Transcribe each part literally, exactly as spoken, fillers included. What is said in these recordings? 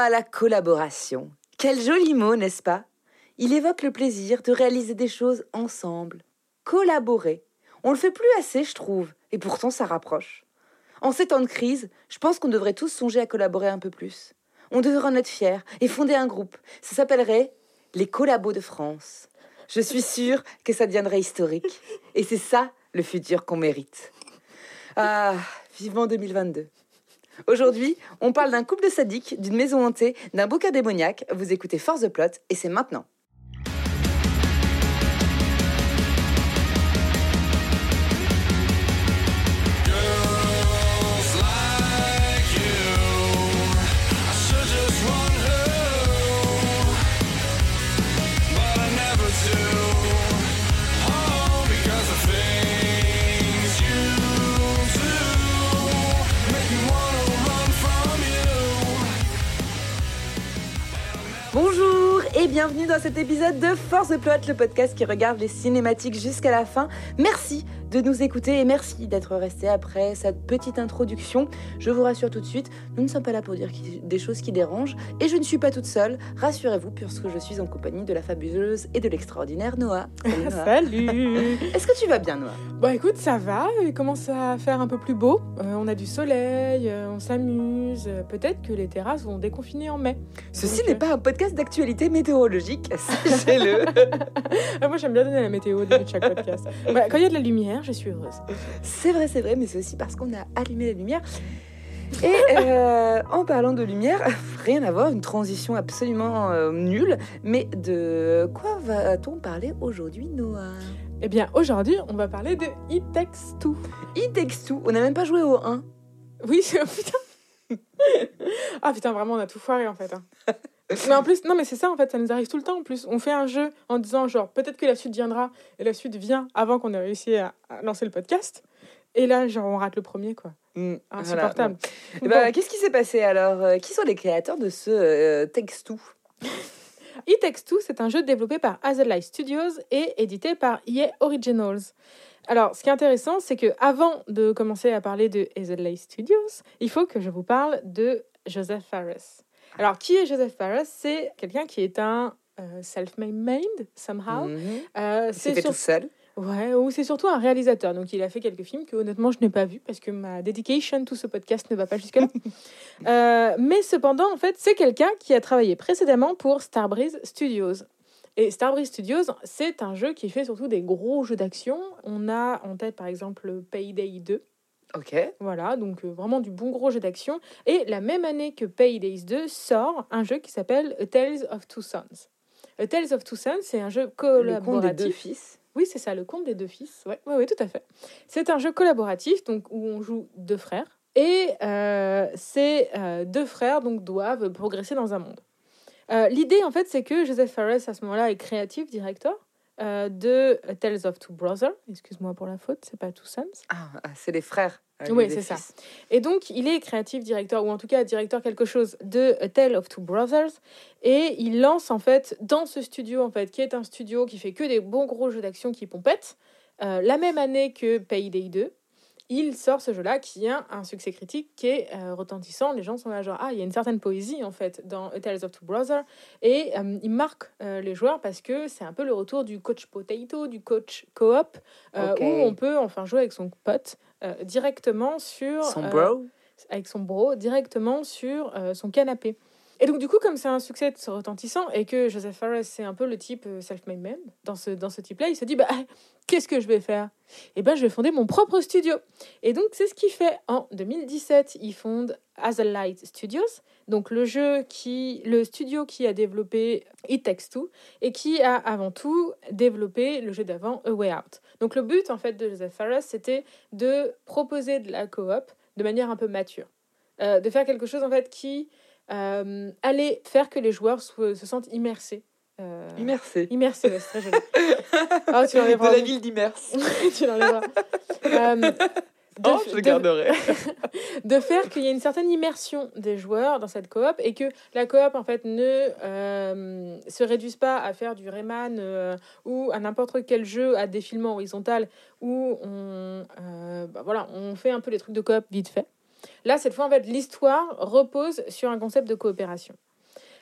Ah, la collaboration. Quel joli mot, n'est-ce pas? Il évoque le plaisir de réaliser des choses ensemble. Collaborer. On le fait plus assez, je trouve, et pourtant ça rapproche. En ces temps de crise, je pense qu'on devrait tous songer à collaborer un peu plus. On devrait en être fiers et fonder un groupe. Ça s'appellerait les Collabos de France. Je suis sûre que ça deviendrait historique. Et c'est ça, le futur qu'on mérite. Ah, vivement deux mille vingt-deux. Aujourd'hui, on parle d'un couple de sadiques, d'une maison hantée, d'un bouquin démoniaque. Vous écoutez Force the Plot et c'est maintenant. Bonjour et bienvenue dans cet épisode de Force the Plot, le podcast qui regarde les cinématiques jusqu'à la fin. Merci de nous écouter et merci d'être resté après cette petite introduction. Je vous rassure tout de suite, nous ne sommes pas là pour dire des choses qui dérangent et je ne suis pas toute seule, rassurez-vous, puisque je suis en compagnie de la fabuleuse et de l'extraordinaire Noah. Salut Noah. Salut. Est-ce que tu vas bien, Noah? Bah écoute, ça va, il commence à faire un peu plus beau, euh, on a du soleil, euh, on s'amuse, euh, peut-être que les terrasses vont déconfiner en mai. Ceci Donc, n'est euh... pas un podcast d'actualité météorologique, sachez-le. ah, moi j'aime bien donner la météo au début de chaque podcast. Bah, quand il y a de la lumière, je suis heureuse. C'est vrai, c'est vrai, mais c'est aussi parce qu'on a allumé la lumière. Et euh, en parlant de lumière, rien à voir, une transition absolument euh, nulle, mais de quoi va-t-on parler aujourd'hui, Noah? Eh bien, aujourd'hui, on va parler de It Takes Two. It Takes Two, on n'a même pas joué au un. Oui, c'est... putain. Ah putain, vraiment, on a tout foiré en fait. Hein. Mais en plus, non mais c'est ça en fait, ça nous arrive tout le temps en plus. On fait un jeu en disant genre, peut-être que la suite viendra, et la suite vient avant qu'on ait réussi à, à lancer le podcast. Et là, genre, on rate le premier, quoi. Mmh, insupportable. Voilà, bon. Bah, bon. Qu'est-ce qui s'est passé alors? Qui sont les créateurs de ce euh, Takes Two? It Takes Two, c'est un jeu développé par Hazelight Studios et édité par E A Originals. Alors, ce qui est intéressant, c'est que avant de commencer à parler de Hazelight Studios, il faut que je vous parle de Joseph Fares. Alors, qui est Joseph Fares? C'est quelqu'un qui est un euh, self-made, somehow. Mmh. Euh, c'est c'est fait sur... tout seul. Ouais, ou c'est surtout un réalisateur. Donc, il a fait quelques films que, honnêtement, je n'ai pas vus parce que ma dedication to ce podcast ne va pas jusque-là. euh, mais cependant, en fait, c'est quelqu'un qui a travaillé précédemment pour Starbreeze Studios. Et Starbreeze Studios, c'est un jeu qui fait surtout des gros jeux d'action. On a en tête, par exemple, Payday deux. Ok. Voilà, donc euh, vraiment du bon gros jeu d'action. Et la même année que Payday deux sort un jeu qui s'appelle A Tales of Two Sons. A Tales of Two Sons, c'est un jeu collaboratif. Le conte des deux fils. Oui, c'est ça, le conte des deux fils. Ouais, ouais, ouais, tout à fait. C'est un jeu collaboratif, donc où on joue deux frères. Et euh, ces euh, deux frères donc doivent progresser dans un monde. Euh, l'idée, en fait, c'est que Joseph Fares, à ce moment-là, est creative director euh, de A Tales of Two Brothers. Excuse-moi pour la faute, c'est pas Two Sons. Ah, c'est les frères. Euh, oui, c'est fils. Ça. Et donc, il est creative director, ou en tout cas directeur quelque chose de A Tale of Two Brothers. Et il lance, en fait, dans ce studio, en fait, qui est un studio qui fait que des bons gros jeux d'action qui pompettent, euh, la même année que Payday deux, il sort ce jeu-là qui a un succès critique qui est euh, retentissant. Les gens sont là genre, ah, il y a une certaine poésie, en fait, dans A Tales of Two Brothers. Et euh, il marque euh, les joueurs parce que c'est un peu le retour du coach potato, du coach co-op, euh, okay. où on peut enfin jouer avec son pote euh, directement sur... Son euh, bro avec son bro, directement sur euh, son canapé. Et donc, du coup, comme c'est un succès retentissant et que Joseph Fares, c'est un peu le type self-made man dans ce, dans ce type-là, il se dit, bah, qu'est-ce que je vais faire? Eh ben, je vais fonder mon propre studio. Et donc, c'est ce qu'il fait. En deux mille dix-sept, il fonde Hazelight Studios, donc le jeu qui, le studio qui a développé It Takes Two et qui a avant tout développé le jeu d'avant A Way Out. Donc, le but, en fait, de Joseph Fares, c'était de proposer de la coop de manière un peu mature. Euh, de faire quelque chose, en fait, qui... Euh, aller faire que les joueurs se, se sentent immersés. Euh... Immersés. Immersés, ouais, c'est très joli. Oh, tu de la ville d'Immers. Tu l'enlèveras. Euh, de, oh, je de, garderai. de faire qu'il y ait une certaine immersion des joueurs dans cette coop et que la coop, en fait, ne euh, se réduise pas à faire du Rayman euh, ou à n'importe quel jeu à défilement horizontal où on, euh, bah, voilà, on fait un peu les trucs de coop vite fait. Là, cette fois, en fait, l'histoire repose sur un concept de coopération.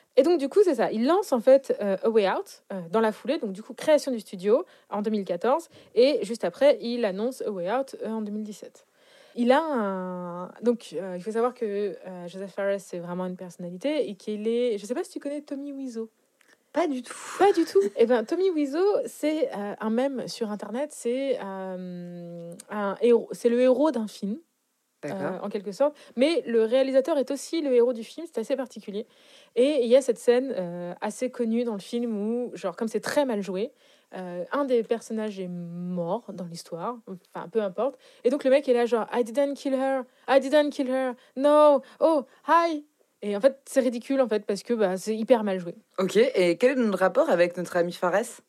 Et donc, du coup, c'est ça. Il lance, en fait, euh, A Way Out euh, dans la foulée. Donc, du coup, création du studio en deux mille quatorze. Et juste après, il annonce A Way Out euh, en deux mille dix-sept. Il a un... Donc, euh, il faut savoir que euh, Joseph Fares, c'est vraiment une personnalité et qu'il est... Je sais pas si tu connais Tommy Wiseau. Pas du tout. Pas du tout. Eh bien, Tommy Wiseau, c'est euh, un mème sur Internet. C'est, euh, un héros... c'est le héros d'un film. Euh, en quelque sorte. Mais le réalisateur est aussi le héros du film, c'est assez particulier. Et il y a cette scène euh, assez connue dans le film où, genre, comme c'est très mal joué, euh, un des personnages est mort dans l'histoire, enfin, peu importe. Et donc le mec est là, genre, I didn't kill her, I didn't kill her, no, oh, hi. Et en fait, c'est ridicule, en fait, parce que bah, c'est hyper mal joué. Ok, et quel est notre rapport avec notre ami Fares?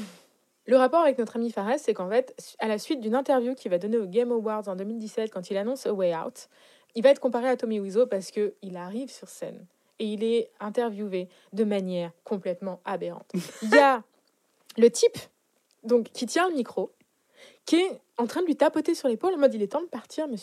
Le rapport avec notre ami Fares, c'est qu'en fait, à la suite d'une interview qu'il va donner aux Game Awards en deux mille dix-sept, quand il annonce A Way Out, il va être comparé à Tommy Wiseau parce qu'il arrive sur scène et il est interviewé de manière complètement aberrante. Il y a le type donc, qui tient le micro, qui est en train de lui tapoter sur l'épaule en mode « il est temps de partir, monsieur ».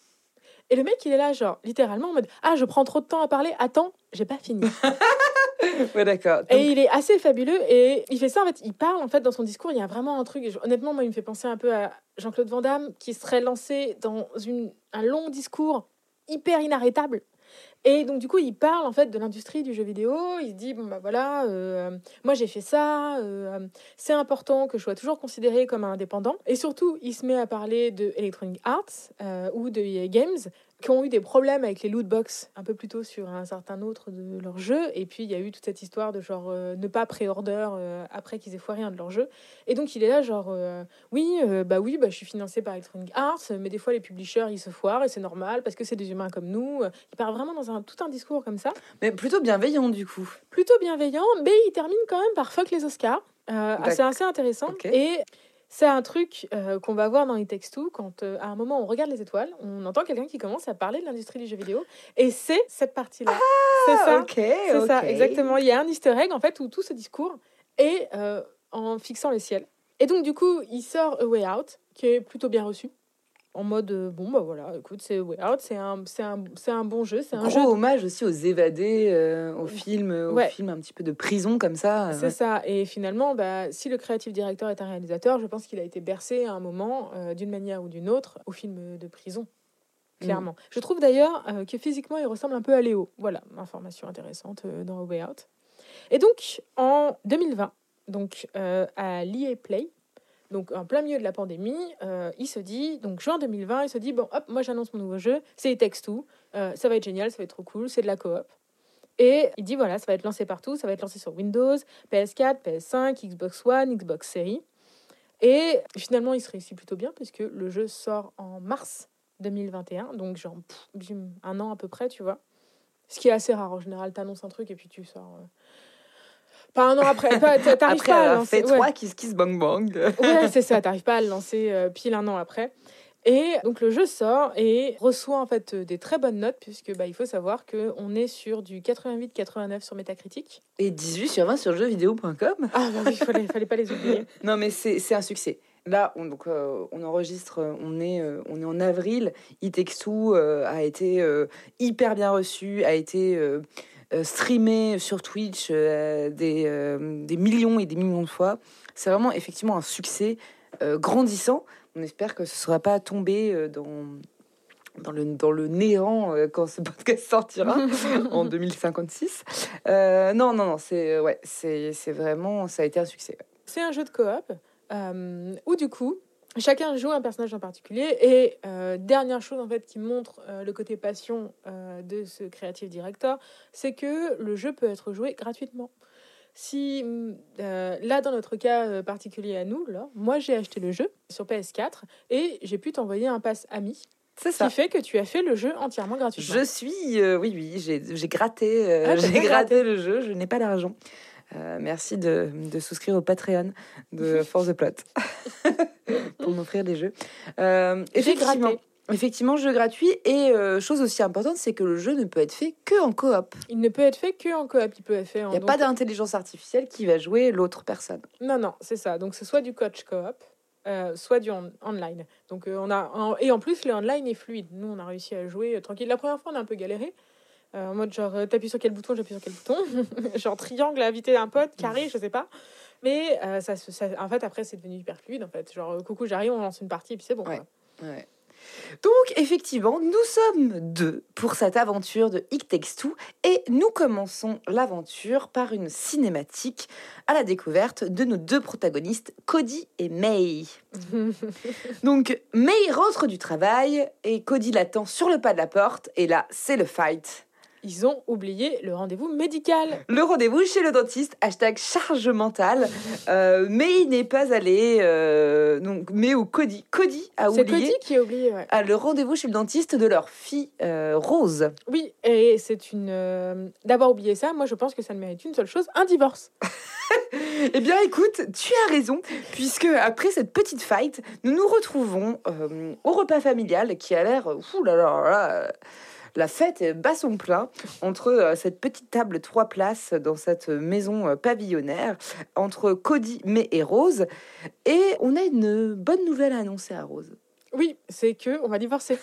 Et le mec, il est là, genre, littéralement, en mode « ah, je prends trop de temps à parler, attends, j'ai pas fini ». Ouais, d'accord. Donc... Et il est assez fabuleux et il fait ça, en fait, il parle, en fait, dans son discours, il y a vraiment un truc, et je, honnêtement, moi, il me fait penser un peu à Jean-Claude Van Damme, qui serait lancé dans une, un long discours hyper inarrêtable. Et donc, du coup, il parle, en fait, de l'industrie du jeu vidéo, il se dit, bon, bah voilà, euh, moi, j'ai fait ça, euh, c'est important que je sois toujours considéré comme un indépendant. Et surtout, il se met à parler de Electronic Arts euh, ou de E A Games, qui ont eu des problèmes avec les loot box un peu plus tôt sur un certain autre de leurs jeux. Et puis, il y a eu toute cette histoire de genre euh, ne pas pré-order euh, après qu'ils aient foiré un de leurs jeux. Et donc, il est là, genre, euh, oui, euh, bah oui, bah, je suis financé par Electronic Arts, mais des fois, les publishers, ils se foirent et c'est normal parce que c'est des humains comme nous. Il part vraiment dans un, tout un discours comme ça. Mais plutôt bienveillant, du coup. Plutôt bienveillant, mais il termine quand même par fuck les Oscars. Euh, c'est assez intéressant. Okay. Et c'est un truc euh, qu'on va voir dans les Takes Two quand, euh, à un moment, on regarde les étoiles, on entend quelqu'un qui commence à parler de l'industrie du jeu vidéo. Et c'est cette partie-là. Ah, c'est ça. Okay, c'est okay. ça, exactement. Il y a un easter egg, en fait, où tout ce discours est euh, en fixant le ciel. Et donc, du coup, il sort A Way Out, qui est plutôt bien reçu. En mode, euh, bon, bah voilà, écoute, c'est Way Out, c'est un, c'est un, c'est un bon jeu. C'est un Gros jeu de... hommage aussi aux évadés, euh, aux films, aux ouais. films un petit peu de prison comme ça. C'est ouais. ça. Et finalement, bah, si le creative director est un réalisateur, je pense qu'il a été bercé à un moment, euh, d'une manière ou d'une autre, au film de prison. Clairement. Mm. Je trouve d'ailleurs euh, que physiquement, il ressemble un peu à Léo. Voilà, information intéressante euh, dans A Way Out. Et donc, en deux mille vingt, donc, euh, à l'E A Play, donc en plein milieu de la pandémie, euh, il se dit, donc juin deux mille vingt, il se dit, bon, hop, moi j'annonce mon nouveau jeu, c'est It Takes Two, euh, ça va être génial, ça va être trop cool, c'est de la coop. Et il dit, voilà, ça va être lancé partout, ça va être lancé sur Windows, P S quatre, P S cinq, Xbox One, Xbox Series. Et finalement, il se réussit plutôt bien, puisque le jeu sort en mars deux mille vingt et un, donc genre pff, bim, un an à peu près, tu vois. Ce qui est assez rare, en général, t'annonces un truc et puis tu sors... Euh... Pas un an après, t'arrives après, pas à lancer. Après, trois ouais. Kiss Kiss Bang Bang. Ouais, c'est ça, t'arrives pas à le lancer euh, pile un an après. Et donc le jeu sort et reçoit en fait des très bonnes notes, puisque bah, il faut savoir qu'on est sur du quatre-vingt-huit quatre-vingt-neuf sur Metacritic. Et dix-huit sur vingt sur jeux vidéo point com. Ah bah oui, il fallait, fallait pas les oublier. Non mais c'est, c'est un succès. Là, on, donc, euh, on enregistre, on est, euh, on est en avril. It Takes Two euh, a été euh, hyper bien reçu, a été euh, euh, streamé sur Twitch euh, des, euh, des millions et des millions de fois. C'est vraiment effectivement un succès euh, grandissant. On espère que ce ne sera pas tombé euh, dans, dans, le, dans le néant euh, quand ce podcast sortira en deux mille cinquante-six. Euh, non, non, non, c'est, ouais, c'est, c'est vraiment, ça a été un succès. C'est un jeu de coop euh, où du coup, chacun joue un personnage en particulier. Et euh, dernière chose en fait qui montre euh, le côté passion euh, de ce creative director, c'est que le jeu peut être joué gratuitement. Si, euh, là, dans notre cas euh, particulier à nous, là, moi, j'ai acheté le jeu sur P S quatre et j'ai pu t'envoyer un pass ami. C'est ça. Qui fait que tu as fait le jeu entièrement gratuitement. Je suis... Euh, oui, oui, j'ai, j'ai gratté, euh, ah, j'ai gratté le jeu. Je n'ai pas d'argent. Euh, merci de, de souscrire au Patreon de Force the Plot pour m'offrir des jeux. Euh, effectivement. Effectivement, jeu gratuit. Et euh, chose aussi importante, c'est que le jeu ne peut être fait que en coop. Il ne peut être fait que en coop. Il peut être fait en... Il n'y a donc... pas d'intelligence artificielle qui va jouer l'autre personne. Non, non, c'est ça. Donc, c'est soit du coach coop, euh, soit du on- online. Donc, euh, on a... En... Et en plus, le online est fluide. Nous, on a réussi à jouer euh, tranquille. La première fois, on a un peu galéré. Euh, en mode genre, euh, t'appuies sur quel bouton, j'appuie sur quel bouton. Genre triangle à inviter un pote, carré, je sais pas. Mais euh, ça, ça, en fait, après, c'est devenu hyper fluide. En fait. Genre, coucou, j'arrive, on lance une partie et puis c'est bon. Ouais. Quoi. Ouais. Donc, effectivement, nous sommes deux pour cette aventure de It Takes Two et nous commençons l'aventure par une cinématique à la découverte de nos deux protagonistes, Cody et May. Donc, May rentre du travail et Cody l'attend sur le pas de la porte et là, c'est le fight. Ils ont oublié le rendez-vous médical. Le rendez-vous chez le dentiste, hashtag charge mentale. Euh, mais il n'est pas allé, euh, donc, mais où Cody, Cody a C'est oublié Cody qui a oublié, ouais. à le rendez-vous chez le dentiste de leur fille euh, Rose. Oui, et c'est une... Euh, d'avoir oublié ça, moi je pense que ça ne mérite une seule chose, un divorce. Eh bien écoute, tu as raison, puisque après cette petite fight, nous nous retrouvons euh, au repas familial qui a l'air... Ouh là là là là, la fête bat son plein entre euh, cette petite table trois places dans cette maison euh, pavillonnaire, entre Cody, May et Rose. Et on a une bonne nouvelle à annoncer à Rose. Oui, c'est que on va divorcer.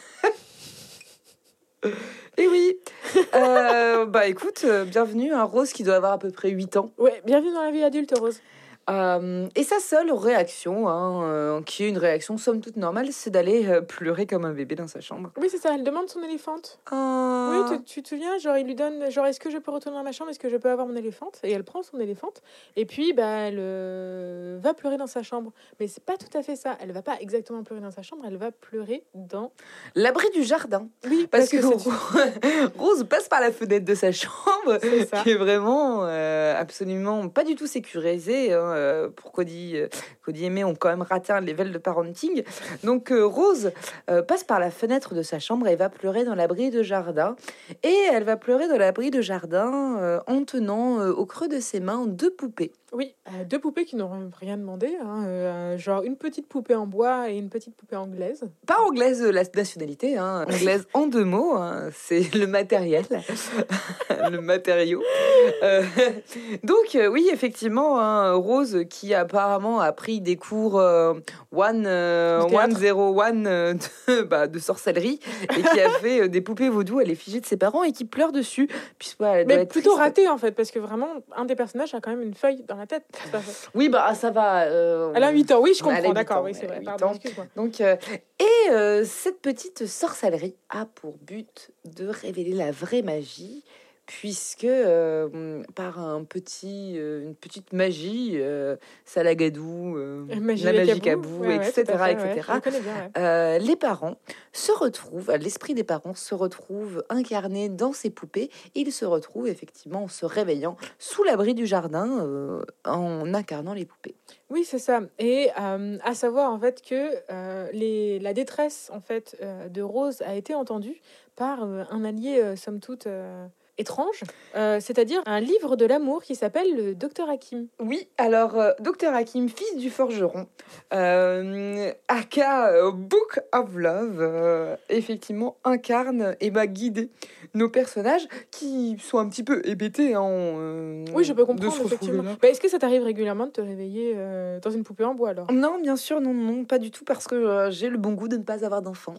Et oui, euh, bah écoute, euh, bienvenue à Rose qui doit avoir à peu près huit ans. Ouais, bienvenue dans la vie adulte, Rose. Euh, et sa seule réaction, hein, euh, qui est une réaction somme toute normale, c'est d'aller euh, pleurer comme un bébé dans sa chambre. Oui, c'est ça, elle demande son éléphante. Oh. Oui, tu, tu te souviens, genre, il lui donne, genre, est-ce que je peux retourner dans ma chambre, est-ce que je peux avoir mon éléphante? Et elle prend son éléphante, et puis, bah, elle euh, va pleurer dans sa chambre. Mais c'est pas tout à fait ça, elle va pas exactement pleurer dans sa chambre, elle va pleurer dans... L'abri du jardin. Oui, Parce, parce, que, que, que Rose passe par la fenêtre de sa chambre, c'est ça. qui est vraiment euh, absolument pas du tout sécurisée, hein. Euh, pour Cody, euh, Cody et May ont quand même raté un level de parenting. Donc euh, Rose euh, passe par la fenêtre de sa chambre et va pleurer dans l'abri de jardin. Et elle va pleurer dans l'abri de jardin euh, en tenant euh, au creux de ses mains deux poupées. Oui, euh, deux poupées qui n'auront rien demandé, hein, euh, genre une petite poupée en bois et une petite poupée anglaise. Pas anglaise de la nationalité, hein, anglaise en deux mots, hein, c'est le matériel, le matériau. Euh, donc euh, oui, effectivement, hein, Rose qui apparemment a pris des cours euh, one, euh, one zero one euh, de, bah, de sorcellerie et qui a fait euh, des poupées vaudou à l'effigie de ses parents et qui pleure dessus. Puisque, ouais, elle doit Mais être plutôt triste. raté en fait, parce que vraiment, un des personnages a quand même une feuille dans la tête. Oui, bah ça va. Euh, Elle a huit ans, oui, je elle a comprends, huit d'accord, ans, oui, c'est elle a vrai, huit pardon, ans. excuse-moi. Donc, euh, et euh, cette petite sorcellerie a pour but de révéler la vraie magie, puisque euh, par un petit, euh, une petite magie, euh, Salagadou, euh, Magie la magie Cabou, Cabou, ouais, ouais, et cetera, tout à fait, et cetera. ouais, je le connais bien, ouais. Euh, les parents se retrouvent, l'esprit des parents se retrouve incarné dans ces poupées. Et ils se retrouvent effectivement en se réveillant sous l'abri du jardin euh, en incarnant les poupées. Oui, c'est ça. Et euh, à savoir en fait que euh, les, la détresse en fait euh, de Rose a été entendue par euh, un allié euh, somme toute euh, étrange, euh, c'est-à-dire un livre de l'amour qui s'appelle le Docteur Hakim. Oui, alors euh, Docteur Hakim, fils du forgeron, euh, aka euh, Book of Love, euh, effectivement incarne et va guider nos personnages qui sont un petit peu hébétés. Hein, euh, Oui, je peux de comprendre se retrouver effectivement. là. Bah, est-ce que ça t'arrive régulièrement de te réveiller euh, dans une poupée en bois alors? Non, bien sûr, non, non, pas du tout, parce que euh, j'ai le bon goût de ne pas avoir d'enfant.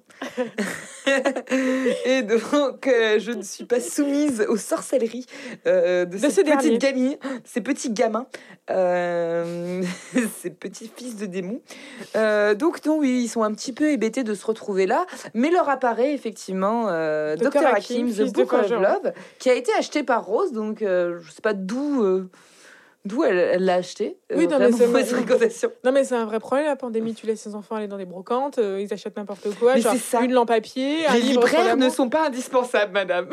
Et donc, euh, je ne suis pas soumise aux sorcelleries euh, de, De ces ces derniers. petites gamines, ces petits gamins, euh, ces petits fils de démons. Euh, donc, non, oui, ils sont un petit peu hébétés de se retrouver là, mais leur apparaît effectivement euh, Docteur Docteur Hakim, Hakim, fils The de Book of forgeron. Love, qui a été acheté par Rose, donc euh, je sais pas d'où... euh, D'où elle, elle l'a acheté. Oui, euh, non, mais vraiment c'est- mauvaise fréquentation. Non mais c'est un vrai problème, la pandémie, tu laisses tes enfants aller dans des brocantes, euh, ils achètent n'importe quoi, Mais genre c'est ça. une lampe à pied, un Les livre sur libraires ne l'amour. sont pas indispensables, madame.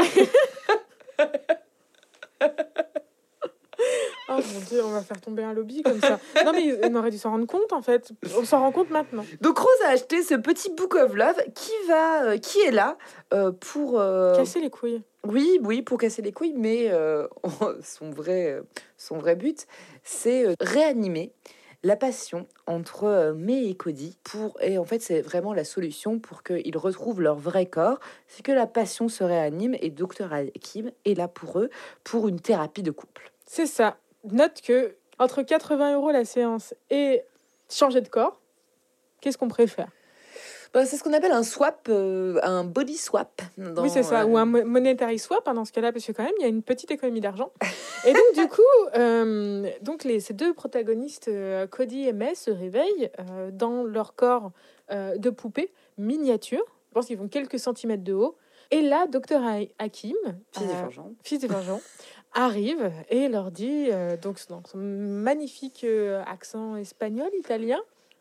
Oh mon dieu, on va faire tomber un lobby comme ça. Non mais on aurait dû s'en rendre compte en fait. On s'en rend compte maintenant. Donc Rose a acheté ce petit Book of Love qui va, euh, qui est là euh, pour, euh, Casser les couilles. oui, oui, pour casser les couilles, mais euh, son vrai, euh, son vrai but, c'est euh, réanimer la passion entre euh, May et Cody. Pour et en fait, c'est vraiment la solution pour qu'ils retrouvent leur vrai corps, c'est que la passion se réanime et Docteur Hakim est là pour eux pour une thérapie de couple. C'est ça. Note que entre quatre-vingts euros la séance et changer de corps, qu'est-ce qu'on préfère? Bah, c'est ce qu'on appelle un swap, euh, un body swap. Dans, oui, c'est ça, euh, ou un mo- monetary swap hein, dans ce cas-là, parce que quand même, il y a une petite économie d'argent. Et donc, du coup, euh, donc les, ces deux protagonistes, euh, Cody et May, se réveillent euh, dans leur corps euh, de poupée miniature. Je pense qu'ils font quelques centimètres de haut. Et là, docteur Hakim, Fils de euh, forgeron. fils de forgeron, arrive et leur dit, euh, donc dans son magnifique euh, accent espagnol, italien,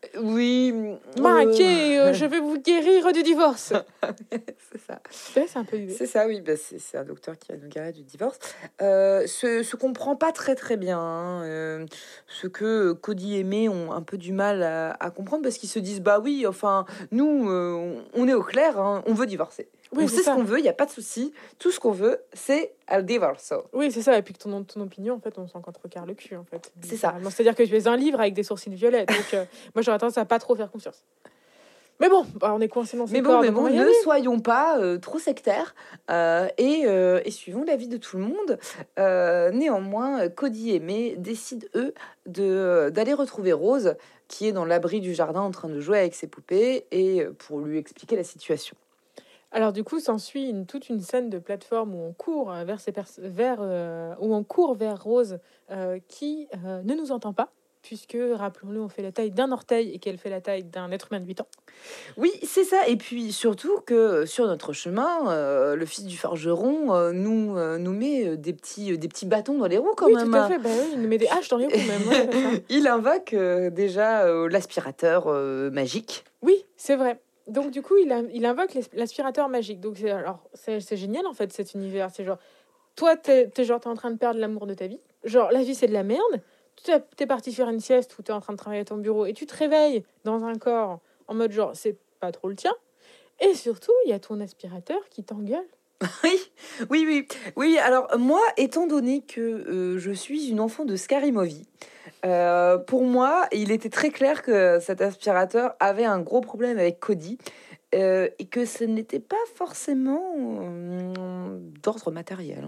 Oui. Ma, euh, ok, euh, je vais vous guérir du divorce. c'est ça. Ouais, c'est un peu l'idée. C'est ça, oui. Bah, c'est, c'est un docteur qui va nous guérir du divorce. Euh, ce, ce qu'on comprend pas très très bien, hein, euh, ce que Cody et May ont un peu du mal à, à comprendre parce qu'ils se disent bah oui, enfin nous, euh, on est au clair, hein, on veut divorcer. Oui, on c'est sait ça. ce qu'on veut, il y a pas de souci. Tout ce qu'on veut, c'est un divorce. Oui, c'est ça. Et puis que ton, ton opinion, en fait, on s'en contrecarre le cul, en fait. C'est ça. C'est-à-dire que je vais un livre avec des sourcils violets. Donc, euh, moi, j'aurais tendance à pas trop faire confiance. Mais bon, bah, on est coincé dans ces Mais bon, corps, mais donc on bon, va y ne aller. soyons pas euh, trop sectaires euh, et, euh, et suivons l'avis de tout le monde. Euh, néanmoins, Cody et May décident, eux, de, d'aller retrouver Rose, qui est dans l'abri du jardin en train de jouer avec ses poupées, et euh, pour lui expliquer la situation. Alors du coup, s'ensuit une, toute une scène de plateforme où on court euh, vers ces pers- vers euh, où on court vers Rose euh, qui euh, ne nous entend pas puisque rappelons-le, on fait la taille d'un orteil et qu'elle fait la taille d'un être humain de huit ans. Oui, c'est ça. Et puis surtout que sur notre chemin, euh, le fils du forgeron euh, nous euh, nous met euh, des petits euh, des petits bâtons dans les roues quand oui, même. tout à fait. Bah, oui, il nous met des haches dans les roues même. Ouais, c'est ça. Il invoque euh, déjà euh, l'aspirateur euh, magique. Oui, c'est vrai. Donc du coup, il, a, il invoque l'as- l'aspirateur magique. Donc c'est alors c'est, c'est génial en fait cet univers. C'est genre toi t'es, t'es genre t'es en train de perdre l'amour de ta vie. Genre la vie c'est de la merde. Tu t'es, t'es parti faire une sieste ou t'es en train de travailler à ton bureau et tu te réveilles dans un corps en mode genre c'est pas trop le tien. Et surtout il y a ton aspirateur qui t'engueule. Oui, oui, oui, oui. Alors moi, étant donné que euh, je suis une enfant de Scary Movie, euh, pour moi, il était très clair que cet aspirateur avait un gros problème avec Cody euh, et que ce n'était pas forcément euh, d'ordre matériel.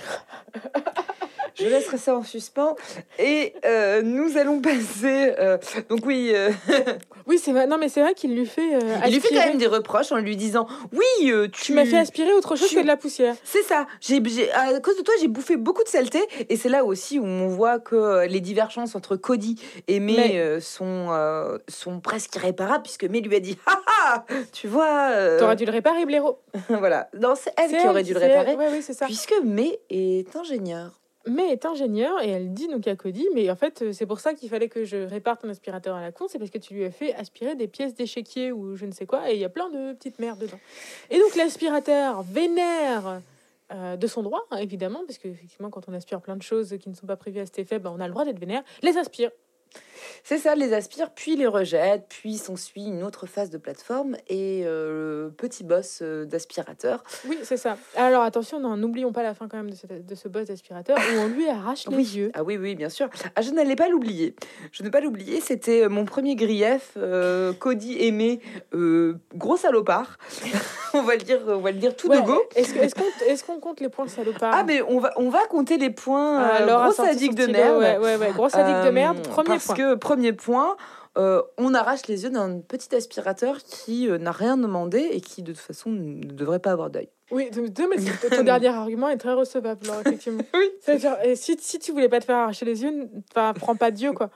Je laisserai ça en suspens et euh, nous allons passer. euh, donc oui, euh, Oui, c'est vrai. Non mais c'est vrai qu'il lui fait euh, il lui fait aspirer. quand même des reproches en lui disant oui, euh, tu, Tu m'as fait aspirer autre chose tu- que de la poussière. C'est ça. J'ai, j'ai- à cause de toi, j'ai bouffé beaucoup de saleté. Et c'est là aussi où on voit que euh, les divergences entre Cody et May Mais- euh, sont, euh, sont presque irréparables, puisque May lui a dit « Ah ah, tu vois... euh, T'aurais dû le réparer, blaireau. Voilà. Non, c'est elle C'est qui aurait dû le c'est réparer, elle. Ouais, oui, c'est ça. puisque May est ingénieure. May est ingénieure et elle dit donc à Cody, mais en fait, euh, c'est pour ça qu'il fallait que je répare ton aspirateur à la con, c'est parce que tu lui as fait aspirer des pièces d'échiquier ou je ne sais quoi, et il y a plein de petites merdes dedans. Et donc l'aspirateur vénère euh, de son droit, hein, évidemment, parce que effectivement, quand on aspire plein de choses qui ne sont pas prévues à cet effet, ben, on a le droit d'être vénère, les aspire. C'est ça, les aspire, puis les rejette, puis s'ensuit une autre phase de plateforme et euh, le petit boss euh, d'aspirateur. Oui, c'est ça. Alors attention, non, n'oublions pas la fin quand même de, cette- de ce boss d'aspirateur où on lui arrache les Oui. yeux. Ah oui, oui, bien sûr. Ah, je n'allais pas l'oublier. Je ne pas l'oublier, c'était euh, mon premier grief. euh, Cody aimé, euh, gros salopard. on va le dire, on va le dire tout Ouais, de go. Est-ce que- est-ce qu'on est-ce qu'on compte les points salopard? Ah, mais on va, on va compter les points. Ah, euh, Laura gros sorti sadique son de stylo, merde. Ouais, ouais, ouais. Gros sadique de Euh, merde, premier parce point. que, premier point, euh, on arrache les yeux d'un petit aspirateur qui euh, n'a rien demandé et qui, de toute façon, ne devrait pas avoir d'œil. Oui, donc, deux, mais c'est- ton dernier argument est très recevable, alors, effectivement. Oui. C'est genre, et si, si tu voulais pas te faire arracher les yeux, enfin, prends pas Dieu, quoi.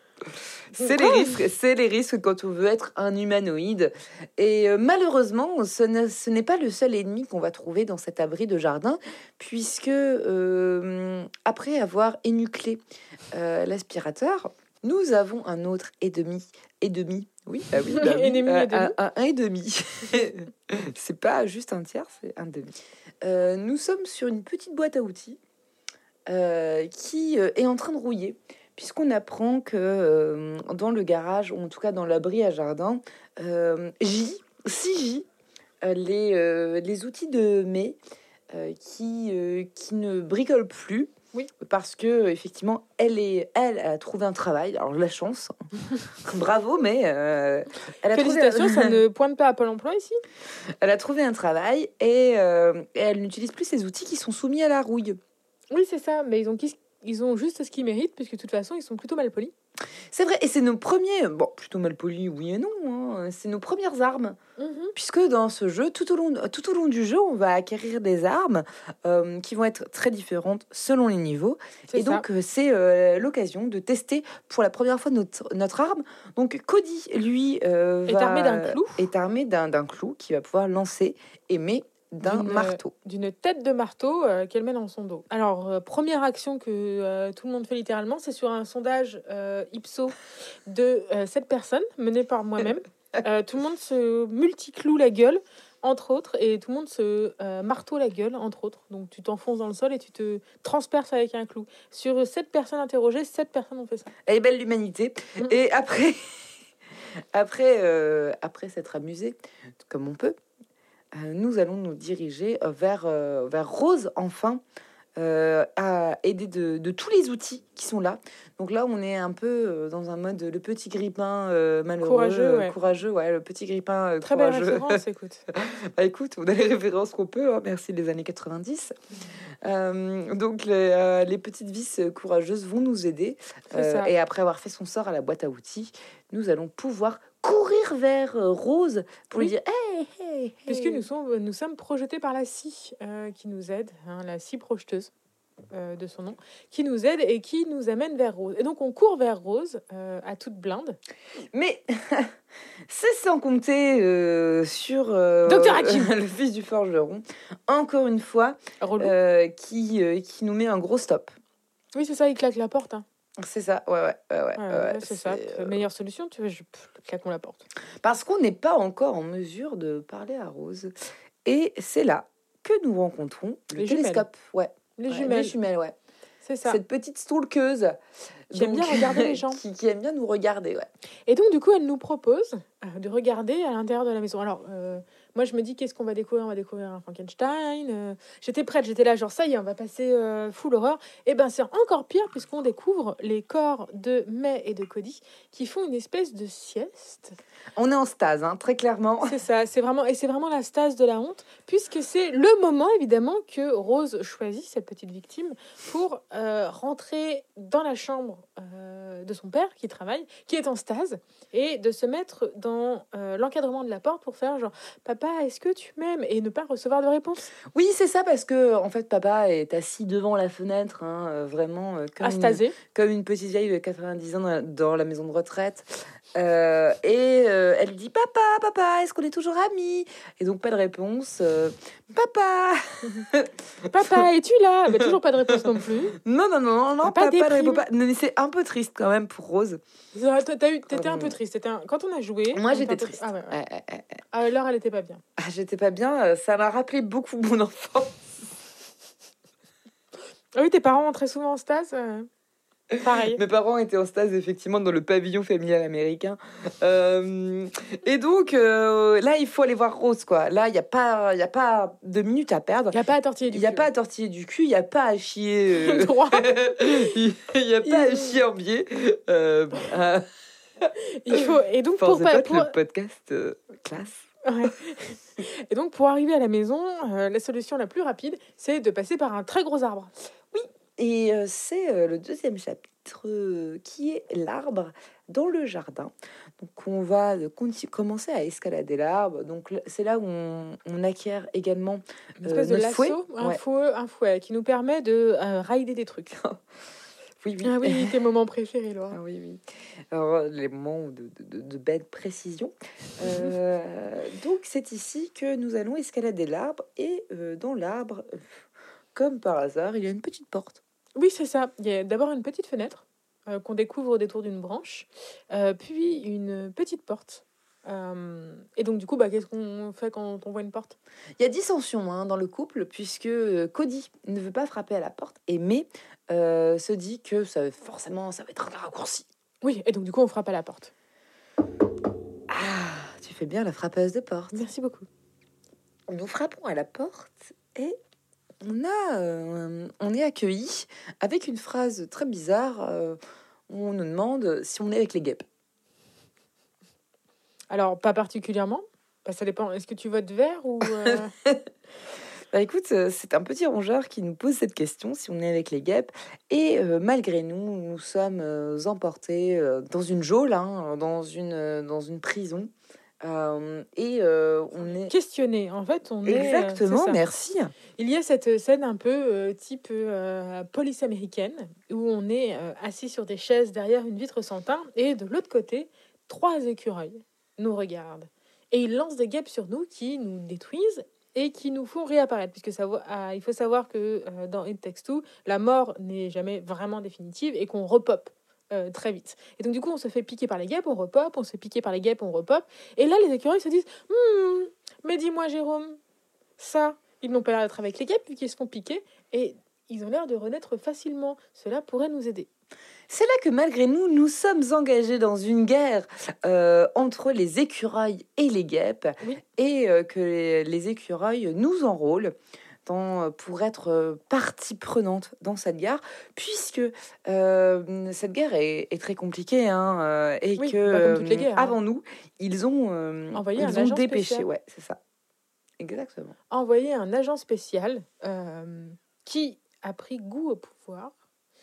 C'est les risques, c'est les risques quand on veut être un humanoïde. Et euh, malheureusement, ce n'est, ce n'est pas le seul ennemi qu'on va trouver dans cet abri de jardin, puisque euh, après avoir énuclé euh, l'aspirateur, nous avons un autre ennemi. Ennemi, oui, ah oui, bah oui, Ennemi euh, et demi. un, un, un et demi. C'est pas juste un tiers, c'est un demi. Euh, nous sommes sur une petite boîte à outils euh, qui euh, est en train de rouiller. Puisqu'on apprend que euh, dans le garage, ou en tout cas dans l'abri à jardin, euh, J, si J, euh, les, euh, les outils de May euh, qui, euh, qui ne bricolent plus. Oui. Parce que effectivement, elle, est, elle a trouvé un travail. Alors la chance, bravo, mais euh, elle a Félicitations, trouvé un... ça ne pointe pas à Pôle emploi ici. elle a trouvé un travail et, euh, et elle n'utilise plus ces outils qui sont soumis à la rouille. Oui, c'est ça, mais ils ont, qu'is- ils ont juste ce qu'ils méritent, puisque de toute façon, ils sont plutôt mal polis. C'est vrai, et c'est nos premiers, bon, plutôt mal polis, oui et non, hein, c'est nos premières armes. Mhm. Puisque dans ce jeu, tout au long, tout au long du jeu, on va acquérir des armes euh, qui vont être très différentes selon les niveaux. C'est Et ça. donc, euh, c'est euh, l'occasion de tester pour la première fois notre, notre arme. Donc, Cody, lui, euh, Est va- armé d'un clou. est armé d'un d'un clou qui va pouvoir lancer et met d'un D'une- marteau. D'une tête de marteau euh, qu'elle met dans son dos. Alors, euh, première action que euh, tout le monde fait littéralement, c'est sur un sondage euh, Ipsos de euh, sept personnes, mené par moi-même. Euh, tout le monde se multicloue la gueule, entre autres, et tout le monde se euh, marteau la gueule, entre autres. Donc, tu t'enfonces dans le sol et tu te transperces avec un clou. Sur sept personnes interrogées, sept personnes ont fait ça. Elle est belle l'humanité. Mm. Et après, après, euh, après s'être amusé, comme on peut, euh, nous allons nous diriger vers, euh, vers Rose, enfin, euh, à aider de, de tous les outils qui sont là. Donc là, on est un peu euh, dans un mode le petit grippin euh, malheureux, Courageux, euh, ouais. courageux, ouais, le petit grippin euh, Très belle courageux. référence, écoute. Bah, écoute, on a les références qu'on peut, hein, merci les années quatre-vingt-dix. Euh, donc les, euh, les petites vis courageuses vont nous aider. C'est Euh, ça. et après avoir fait son sort à la boîte à outils, nous allons pouvoir courir vers euh, Rose pour Oui. lui dire hey, hey, hey. Puisque nous sommes, nous sommes projetés par la scie euh, qui nous aide, hein, la scie projeteuse euh, de son nom, qui nous aide et qui nous amène vers Rose. Et donc on court vers Rose euh, à toute blinde. Mais c'est sans compter euh, sur euh, Docteur Hakim. le fils du forgeron, encore une fois, Relou. euh, qui, euh, qui nous met un gros stop. Oui, c'est ça, il claque la porte. Hein. C'est ça, ouais, ouais, ouais, ouais, Ouais, ouais, ouais, c'est ça. c'est, euh, Meilleure solution, tu veux, je pff, claquons la porte. Parce qu'on n'est pas encore en mesure de parler à Rose. Et c'est là que nous rencontrons le Les jumelles. télescope. Ouais, Les ouais, jumelles, les jumelles, ouais. c'est ça. Cette petite stalkeuse. Qui aime bien regarder les gens. qui, qui aime bien nous regarder, ouais. Et donc, du coup, elle nous propose euh, de regarder à l'intérieur de la maison. Alors, euh, moi, je me dis, qu'est-ce qu'on va découvrir? On va découvrir un Frankenstein. euh, J'étais prête, j'étais là, genre, ça y est, on va passer euh, full horreur. Et ben, c'est encore pire, puisqu'on découvre les corps de May et de Cody qui font une espèce de sieste. On est en stase, hein, très clairement. C'est ça, c'est vraiment, et c'est vraiment la stase de la honte, puisque c'est le moment, évidemment, que Rose choisit, cette petite victime, pour euh, rentrer dans la chambre euh, de son père, qui travaille, qui est en stase, et de se mettre dans euh, l'encadrement de la porte pour faire genre « Papa, est-ce que tu m'aimes ?» et ne pas recevoir de réponse. Oui, c'est ça, parce que en fait, papa est assis devant la fenêtre, hein, euh, vraiment euh, comme, une, Astasé. comme une petite vieille de quatre-vingt-dix ans dans la, dans la maison de retraite. Euh, et euh, elle lui dit papa, papa, est-ce qu'on est toujours amis? Et donc pas de réponse. Euh, papa. Papa, es-tu là? Mais toujours pas de réponse non plus. Non, non, non, non, non, Papa papa ne déprime. répond pas. Non, mais c'est un peu triste quand même pour Rose. T'as- t'as eu- T'étais un Pardon. peu triste. T'étais un- Quand on a joué... Moi, on j'étais était un peu- triste. Ah, ouais, ouais. Ouais, ouais, ouais. Ah, alors, elle était pas bien. Ah, j'étais pas bien. euh, Ça m'a rappelé beaucoup mon enfance. Ah oui, tes parents ont très souvent en stase euh, Pareil. Mes parents étaient en stase, effectivement, dans le pavillon familial américain. Euh, et donc, euh, là, il faut aller voir Rose, quoi. Là, il n'y a, pas- y a pas de minutes à perdre. Il n'y a pas à tortiller du Il n'y a cul. pas à tortiller du cul, il n'y a pas à chier. euh, Droit. Il n'y a pas à chier en biais. Euh, euh, Il faut... Et donc, Force pour, de pas- pote, pour... le podcast euh, classe. Ouais. Et donc, pour arriver à la maison, euh, la solution la plus rapide, c'est de passer par un très gros arbre. Et euh, c'est euh, le deuxième chapitre euh, qui est l'arbre dans le jardin. Donc on va euh, conti- commencer à escalader l'arbre. Donc l- c'est là où on, on acquiert également Une espèce euh, de notre fouet. lasso, un, Ouais. fouet, un fouet qui nous permet de euh, rider des trucs. Oui, oui. Ah oui, tes moments préférés, Laura. Ah oui, oui. Alors, les moments de, de, de, de belle précision. Euh, donc, c'est ici que nous allons escalader l'arbre. Et euh, dans l'arbre, euh, comme par hasard, il y a une petite porte. Oui, c'est ça. Il y a d'abord une petite fenêtre euh, qu'on découvre au détour d'une branche, euh, puis une petite porte. Euh, et donc, du coup, bah, qu'est-ce qu'on fait quand on voit une porte? Il y a dissension hein, dans le couple, puisque euh, Cody ne veut pas frapper à la porte. Et May euh, se dit que ça, forcément, ça va être un raccourci. Oui, et donc, du coup, on frappe à la porte. Ah, tu fais bien la frappeuse de porte. Merci beaucoup. Nous frappons à la porte et on, a, euh, on est accueillis avec une phrase très bizarre euh, où on nous demande si on est avec les guêpes. Alors, pas particulièrement. Bah, ça dépend. Est-ce que tu votes vert ou... euh, Bah écoute, euh, c'est un petit rongeur qui nous pose cette question si on est avec les guêpes. Et euh, malgré nous, nous sommes euh, emportés euh, dans une geôle, hein, dans, une, euh, dans une prison. Euh, et euh, on est... Questionné. En fait, on est... euh, Exactement, c'est ça. merci. Il y a cette scène un peu euh, type euh, police américaine, où on est euh, assis sur des chaises derrière une vitre sans teint, et de l'autre côté, trois écureuils nous regardent. Et ils lancent des guêpes sur nous qui nous détruisent et qui nous font réapparaître. Puisque ça, ah, il faut savoir que euh, dans It Takes Two, la mort n'est jamais vraiment définitive et qu'on repop. Euh, très vite. Et donc du coup, on se fait piquer par les guêpes, on repop, on se fait piquer par les guêpes, on repop. Et là, les écureuils se disent hmm, mais dis-moi, Jérôme, ça, ils n'ont pas l'air d'être avec les guêpes vu qu'ils se font piquer et ils ont l'air de renaître facilement. Cela pourrait nous aider. C'est là que malgré nous, nous sommes engagés dans une guerre euh, entre les écureuils et les guêpes, oui. et euh, que les, les écureuils nous enrôlent dans, pour être partie prenante dans cette guerre, puisque euh, cette guerre est, est très compliquée, hein, euh, et oui, que bah, comme toutes les guerres, avant hein. nous, ils ont, euh, envoyé ils un ont agent dépêché, spécial. ouais, c'est ça, exactement. Envoyé un agent spécial euh, qui a pris goût au pouvoir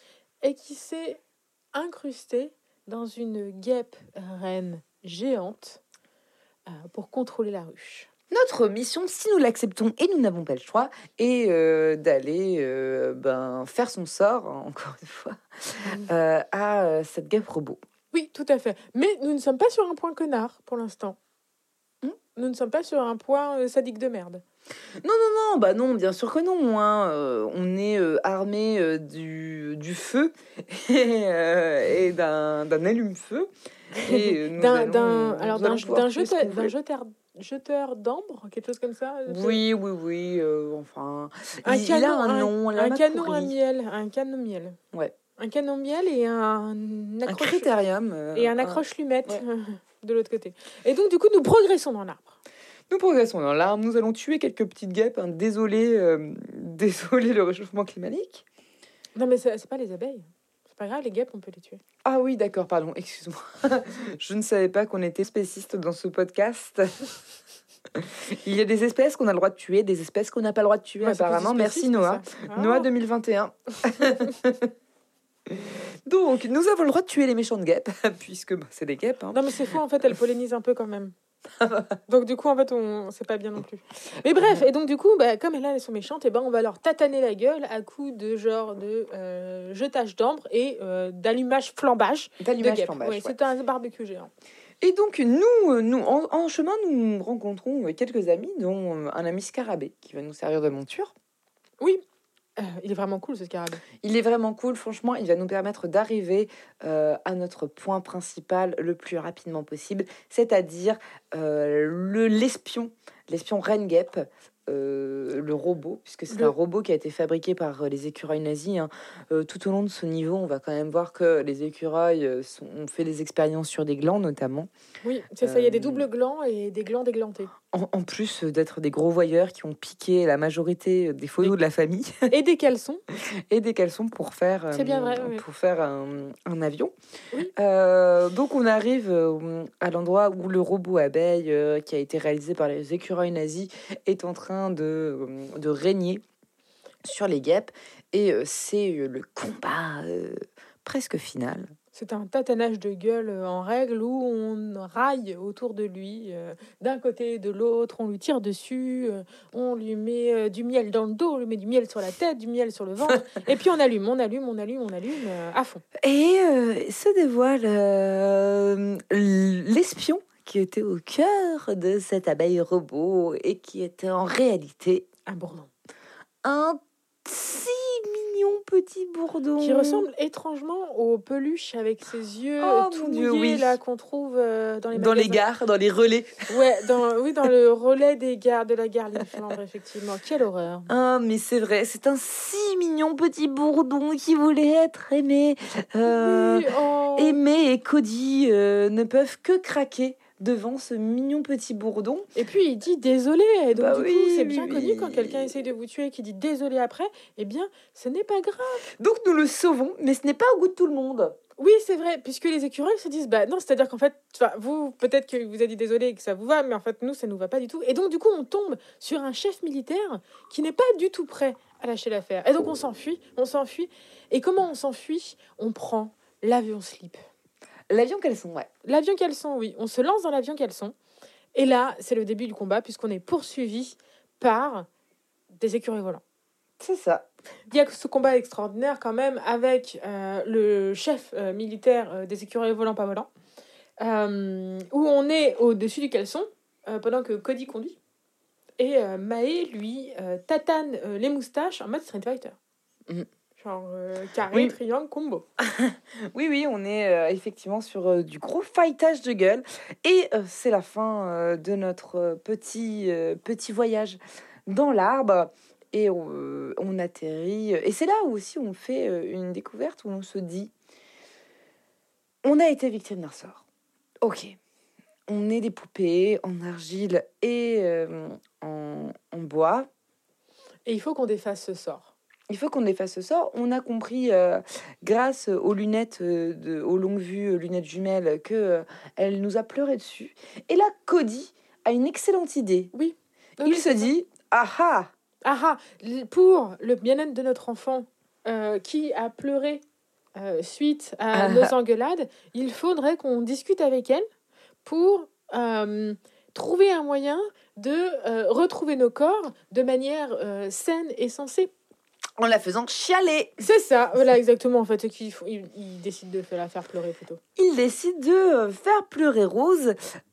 et qui s'est incrusté dans une guêpe reine géante euh, pour contrôler la ruche. Notre mission, si nous l'acceptons et nous n'avons pas le choix, est euh, d'aller euh, ben, faire son sort, encore une fois, euh, à euh, cette guêpe robot. Oui, tout à fait. Mais nous ne sommes pas sur un point connard pour l'instant. Hmm nous ne sommes pas sur un point euh, sadique de merde. Non, non, non, bah non, bien sûr que non. Hein. Euh, on est euh, armé euh, du, du feu et, euh, et d'un, d'un allume-feu. Et euh, nous d'un, allons, d'un, nous alors allons d'un, pouvoir d'un, tuer ce jeteur, qu'on d'un veut. jeteur, jeteur d'ambre, quelque chose comme ça. Oui, oui, oui. Euh, enfin, un il, canon, il a un un, nom. un canon à miel, un canon miel. Ouais. Un canon miel et un accroche, un critérium euh, et un accroche-lumette ouais. de l'autre côté. Et donc du coup, nous progressons dans l'arbre. Nous progressons dans l'arbre. Nous allons tuer quelques petites guêpes. Hein. Désolé, euh, désolé le réchauffement climatique. Non, mais c'est, c'est pas les abeilles. C'est pas grave, les guêpes, on peut les tuer. Ah oui, d'accord, pardon, excuse-moi. Je ne savais pas qu'on était spéciste dans ce podcast. Il y a des espèces qu'on a le droit de tuer, des espèces qu'on n'a pas le droit de tuer, ouais, apparemment. Merci, Noah. Ah. Noah deux mille vingt et un. Donc, nous avons le droit de tuer les méchantes guêpes, puisque bah, c'est des guêpes. Hein. Non, mais c'est faux, en fait, elles pollinisent un peu quand même. Donc du coup en fait on c'est pas bien non plus, mais bref. Et donc du coup bah, comme elles, elles sont méchantes, et ben on va leur tataner la gueule à coups de genre de euh, jetage d'ambre et euh, d'allumage flambage d'allumage de flambage ouais, ouais. C'est un barbecue géant. Et donc nous, nous en, en chemin nous rencontrons quelques amis, dont un ami scarabée qui va nous servir de monture. Oui. Euh, il est vraiment cool ce scarabée. Il est vraiment cool, franchement, il va nous permettre d'arriver euh, à notre point principal le plus rapidement possible, c'est-à-dire euh, le, l'espion, l'espion Reine Guêpe, euh, le robot, puisque c'est le... un robot qui a été fabriqué par les écureuils nazis. Hein. Euh, tout au long de ce niveau, on va quand même voir que les écureuils sont, ont fait des expériences sur des glands notamment. Oui, c'est ça, il euh... y a des doubles glands et des glands déglantés. En, en plus d'être des gros voyeurs qui ont piqué la majorité des photos et, de la famille. Et des caleçons. Et des caleçons pour faire, c'est bien vrai, euh, oui. pour faire un, un avion. Oui. Euh, donc on arrive euh, à l'endroit où le robot abeille euh, qui a été réalisé par les écureuils nazis est en train de, euh, de régner sur les guêpes. Et euh, c'est euh, le combat euh, presque final. C'est un tatanage de gueule en règle où on raille autour de lui, euh, d'un côté et de l'autre, on lui tire dessus, euh, on lui met euh, du miel dans le dos, on lui met du miel sur la tête, du miel sur le ventre, et puis on allume, on allume, on allume, on allume, euh, à fond. Et euh, se dévoile euh, l'espion qui était au cœur de cette abeille robot et qui était en réalité un bourdon. Un si mignon petit bourdon qui ressemble étrangement aux peluches avec ses yeux oh, tout Dieu, mouillés oui. là qu'on trouve euh, dans les dans magasins. les gares, dans les relais. Ouais, dans oui dans le relais des gares de la gare Lifflandre effectivement. Quelle horreur. Ah mais c'est vrai, c'est un si mignon petit bourdon qui voulait être aimé, euh, oui, oh. aimé et Cody euh, ne peuvent que craquer devant ce mignon petit bourdon. Et puis il dit désolé. Et donc bah du oui, coup, c'est bien oui. connu quand quelqu'un essaye de vous tuer et qui dit désolé après, eh bien, ce n'est pas grave. Donc nous le sauvons, mais ce n'est pas au goût de tout le monde. Oui, c'est vrai, puisque les écureuils se disent, bah non, c'est-à-dire qu'en fait, enfin, vous, peut-être que vous avez dit désolé et que ça vous va, mais en fait, nous, ça nous va pas du tout. Et donc, du coup, on tombe sur un chef militaire qui n'est pas du tout prêt à lâcher l'affaire. Et donc, on s'enfuit, on s'enfuit. Et comment on s'enfuit? On prend l'avion slip. L'avion caleçon, ouais. L'avion caleçon, oui. On se lance dans l'avion caleçon. Et là, c'est le début du combat, puisqu'on est poursuivi par des écureuils volants. C'est ça. Il y a ce combat extraordinaire quand même avec euh, le chef euh, militaire euh, des écureuils volants pas volants, euh, où on est au-dessus du caleçon euh, pendant que Cody conduit. Et euh, Mae, lui, euh, tatane euh, les moustaches en mode Street Fighter. Mm. Genre euh, carré, Oui. triangle, combo. Oui, oui, on est euh, effectivement sur euh, du gros fightage de gueule. Et euh, c'est la fin euh, de notre euh, petit, euh, petit voyage dans l'arbre. Et on, euh, on atterrit. Et c'est là où aussi on fait euh, une découverte où on se dit, on a été victime d'un sort. Ok, on est des poupées en argile et euh, en, en bois. Et il faut qu'on défasse ce sort. Il faut qu'on efface ce sort. On a compris, euh, grâce aux lunettes, euh, de, aux longues vues, euh, lunettes jumelles, que euh, elle nous a pleuré dessus. Et là, Cody a une excellente idée. Oui. oui Il oui, se c'est dit, ah ah, Ah ah, l- pour le bien-être de notre enfant euh, qui a pleuré euh, suite à Ah. nos engueulades, il faudrait qu'on discute avec elle pour euh, trouver un moyen de euh, retrouver nos corps de manière euh, saine et sensée. en la faisant chialer. C'est ça, voilà exactement en fait, ce qu'il faut, il, il décide de la faire pleurer plutôt. Il décide de euh, faire pleurer Rose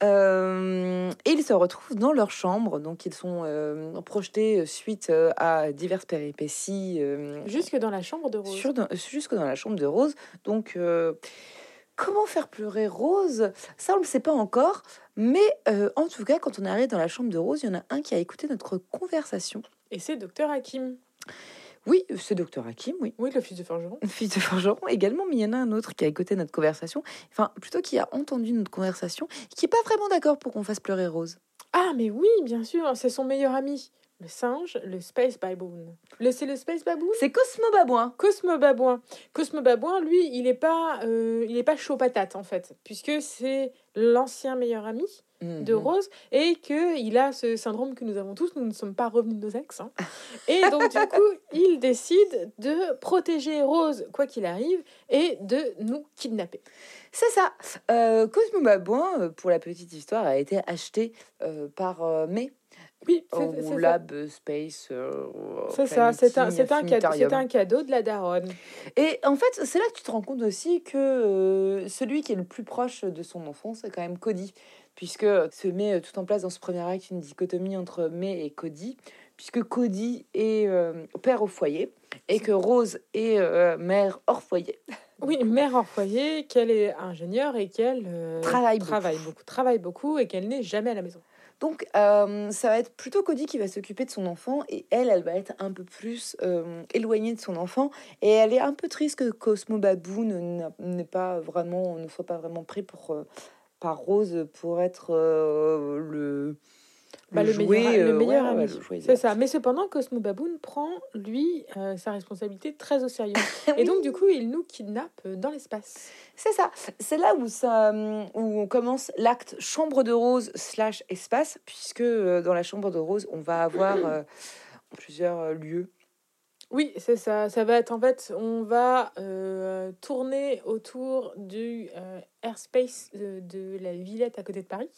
euh, et ils se retrouvent dans leur chambre. Donc ils sont euh, projetés suite euh, à diverses péripéties. euh, Jusque dans la chambre de Rose. Sur, dans- jusque dans la chambre de Rose. Donc, euh, comment faire pleurer Rose? Ça, on ne le sait pas encore. Mais euh, en tout cas, quand on arrive dans la chambre de Rose, il y en a un qui a écouté notre conversation. Et c'est Docteur Hakim. Oui, c'est Docteur Hakim, oui. Oui, le fils de forgeron. Fils de forgeron également, mais il y en a un autre qui a écouté notre conversation. Enfin, plutôt qui a entendu notre conversation, qui n'est pas vraiment d'accord pour qu'on fasse pleurer Rose. Ah, mais oui, bien sûr, c'est son meilleur ami. Le singe, le Space Baboon. Le, c'est le Space Baboon C'est Cosmo Babouin. Cosmo Babouin. Cosmo Babouin, lui, il n'est pas, euh, il est pas chaud patate, en fait, puisque c'est l'ancien meilleur ami de Mhm. Rose et qu'il a ce syndrome que nous avons tous, nous ne sommes pas revenus de nos ex. Hein. Et donc, du coup, il décide de protéger Rose, quoi qu'il arrive, et de nous kidnapper. C'est ça. Euh, Cosmo Babouin, euh, pour la petite histoire, a été acheté euh, par euh, May. Oui, c'est, Au c'est ça. Lab Space. Euh, C'est ça, c'est un, c'est, un cadeau, Planetarium. c'est un cadeau de la daronne. Et en fait, c'est là que tu te rends compte aussi que euh, celui qui est le plus proche de son enfant, c'est quand même Cody. Puisque se met tout en place dans ce premier acte une dichotomie entre May et Cody. Puisque Cody est euh, père au foyer et que Rose est euh, mère hors foyer. Oui, mère hors foyer, qu'elle est ingénieure et qu'elle euh, Travaille travaille beaucoup. beaucoup, travaille beaucoup et qu'elle n'est jamais à la maison. Donc, euh, ça va être plutôt Cody qui va s'occuper de son enfant et elle, elle va être un peu plus euh, éloignée de son enfant. Et elle est un peu triste que Cosmo Baboon n'est pas vraiment, ne soit pas vraiment pris pour, euh, par Rose pour être euh, le, Bah, le, le, jouet, meilleur, le euh, meilleur ouais, ami. ouais, le jouet C'est idéal. ça. Mais cependant, Cosmo Baboon prend, lui, euh, sa responsabilité très au sérieux. Oui. Et donc, du coup, il nous kidnappe dans l'espace. C'est ça. C'est là où, ça, où on commence l'acte chambre de Rose slash espace, puisque euh, dans la chambre de Rose, on va avoir euh, plusieurs euh, lieux. Oui, c'est ça. Ça va être, en fait, on va euh, tourner autour du euh, airspace de, de la Villette à côté de Paris.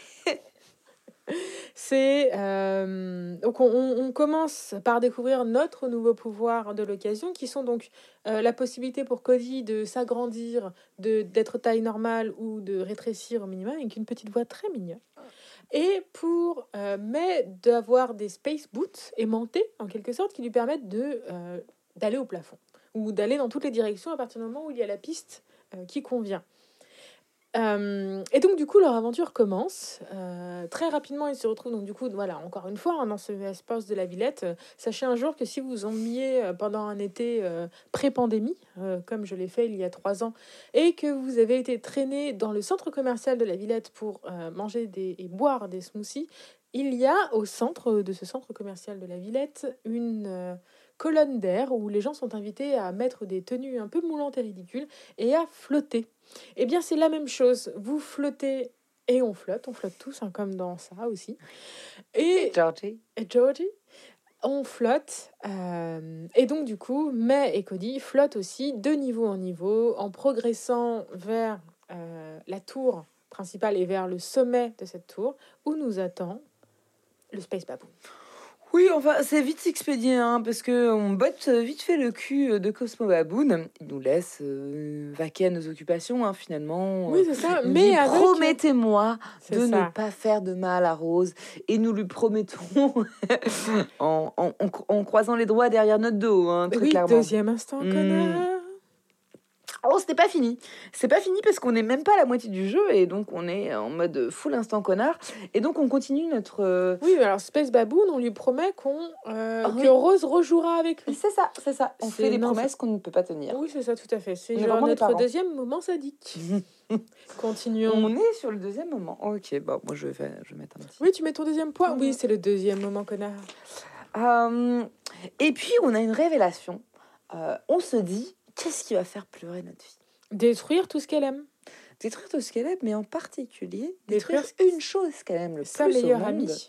C'est euh, donc on, on commence par découvrir notre nouveau pouvoir de l'occasion, qui sont donc euh, la possibilité pour Cody de s'agrandir, de d'être taille normale ou de rétrécir au minimum avec une petite voix très mignonne. Et pour euh, mais d'avoir des space boots aimantés en quelque sorte qui lui permettent de euh, d'aller au plafond ou d'aller dans toutes les directions à partir du moment où il y a la piste euh, qui convient. Euh, et donc du coup leur aventure commence euh, très rapidement. Ils se retrouvent donc du coup voilà encore une fois hein, dans ce espace de la Villette. Euh, sachez un jour que si vous vous ennuyez euh, pendant un été euh, pré-pandémie euh, comme je l'ai fait il y a trois ans et que vous avez été traîné dans le centre commercial de la Villette pour euh, manger des, et boire des smoothies, il y a au centre de ce centre commercial de la Villette une euh, colonne d'air où les gens sont invités à mettre des tenues un peu moulantes et ridicules et à flotter. Eh bien, c'est la même chose. Vous flottez et on flotte. On flotte tous, hein, comme dans ça aussi. Et, Georgie. et Georgie, on flotte. euh, et donc, du coup, May et Cody flottent aussi de niveau en niveau en progressant vers euh, la tour principale et vers le sommet de cette tour où nous attend le Space Baboon. Oui, enfin, c'est vite s'expédier, hein, parce que on botte vite fait le cul de Cosmo Baboon. Il nous laisse euh, vaquer à nos occupations, hein, finalement. Oui, c'est ça. Il Mais dit, avec... promettez-moi C'est de ça. ne pas faire de mal à Rose. Et nous lui promettons, en, en, en, en croisant les doigts derrière notre dos, hein, très Oui, clairement. deuxième instant, Mm. connard. Oh, c'était pas fini. C'est pas fini parce qu'on n'est même pas à la moitié du jeu et donc on est en mode full instant connard. Et donc on continue notre... euh, Oui, mais alors Space Baboon, on lui promet qu'on euh, Ah oui. que Rose rejouera avec lui. C'est ça, c'est ça. On C'est- fait des non, promesses qu'on ne peut pas tenir. Oui, c'est ça, tout à fait. C'est On est genre vraiment des notre parents. deuxième moment sadique. Continuons. On est sur le deuxième moment. Ok, bon, moi je vais, faire- je vais mettre un petit... Oui, tu mets ton deuxième point. Mhm. Oui, c'est le deuxième moment, connard. Euh, et puis on a une révélation. Euh, on se dit, qu'est-ce qui va faire pleurer notre fille? Détruire tout ce qu'elle aime. Détruire tout ce qu'elle aime, mais en particulier Détruire détruire une chose qu'elle aime le Sa plus au meilleure monde. amie.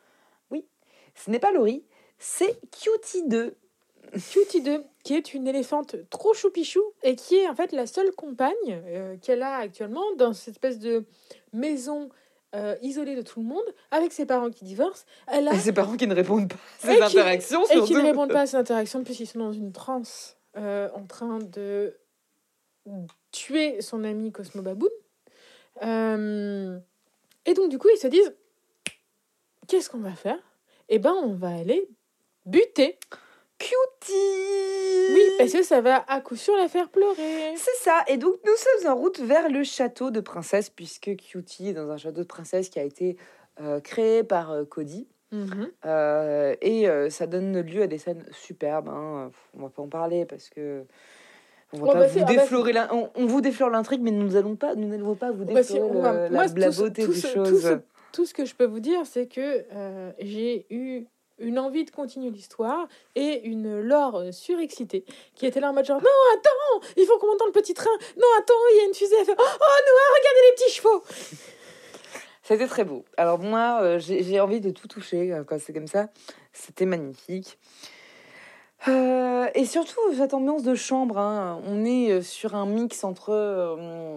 Ce n'est pas Laurie, c'est Cutie deux. Cutie deux, qui est une éléphante trop choupichou et qui est en fait la seule compagne euh, qu'elle a actuellement dans cette espèce de maison euh, isolée de tout le monde, avec ses parents qui divorcent. Elle a... Et ses parents qui ne répondent pas à Et ses qui- interactions, Et surtout. qui ne répondent pas à ces interactions puisqu'ils sont dans une transe euh, en train de tuer son ami Cosmo Baboon. Euh, Et donc, du coup, ils se disent qu'est-ce qu'on va faire? Eh ben, on va aller buter. Cutie. Oui, parce que ça va à coup sûr la faire pleurer. C'est ça. Et donc, nous sommes en route vers le château de princesse, puisque Cutie est dans un château de princesse qui a été euh, créé par euh, Cody. Mhm. Euh, et euh, ça donne lieu à des scènes superbes. Hein. On va pas en parler parce que on va Oh, pas bah, vous c'est- ah, bah, déflorer l'in- on, on vous déflore l'intrigue, mais nous allons pas, nous n'allons pas vous Bah, si, déflorer on le- va- la, moi, la tout ce- beauté tout des ce- choses. Tout ce, tout ce que je peux vous dire, c'est que euh, j'ai eu une envie de continuer l'histoire et une Laure euh, surexcitée qui était là en mode genre non, attends, il faut qu'on monte dans le petit train. Non, attends, il y a une fusée à faire. Oh, oh Noah, regardez les petits chevaux. C'était très beau. Alors moi, euh, j'ai j'ai envie de tout toucher euh, quand c'est comme ça. C'était magnifique. Euh, et surtout, cette ambiance de chambre, hein, on est euh, sur un mix entre, euh,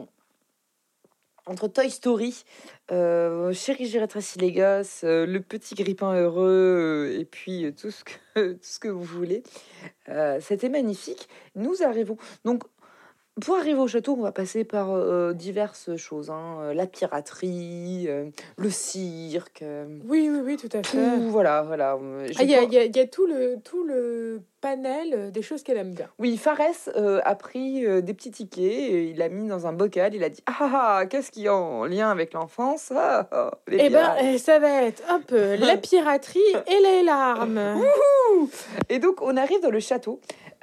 entre Toy Story, euh, Chérie, j'ai rétréci les gosses, euh, Le Petit Grippin Heureux, euh, et puis euh, tout ce que, tout ce que vous voulez. Euh, C'était magnifique. Nous arrivons... Donc, pour arriver au château, on va passer par euh, diverses choses. Hein. Euh, La piraterie, euh, le cirque, euh, Oui, oui, oui, tout à tout, fait. voilà, voilà. Euh, Ah, j'ai Il y, a- pas- il y a- il y a tout le, tout le panel euh, des choses qu'elle aime bien. Oui, Fares euh, a pris euh, des petits tickets, et il l'a mis dans un bocal, il a dit « Ah, ah, qu'est-ce qui est en lien avec l'enfance ah, ah, les Eh ben, pirates. euh, ça va être un peu la piraterie et les larmes. Et donc, on arrive dans le château.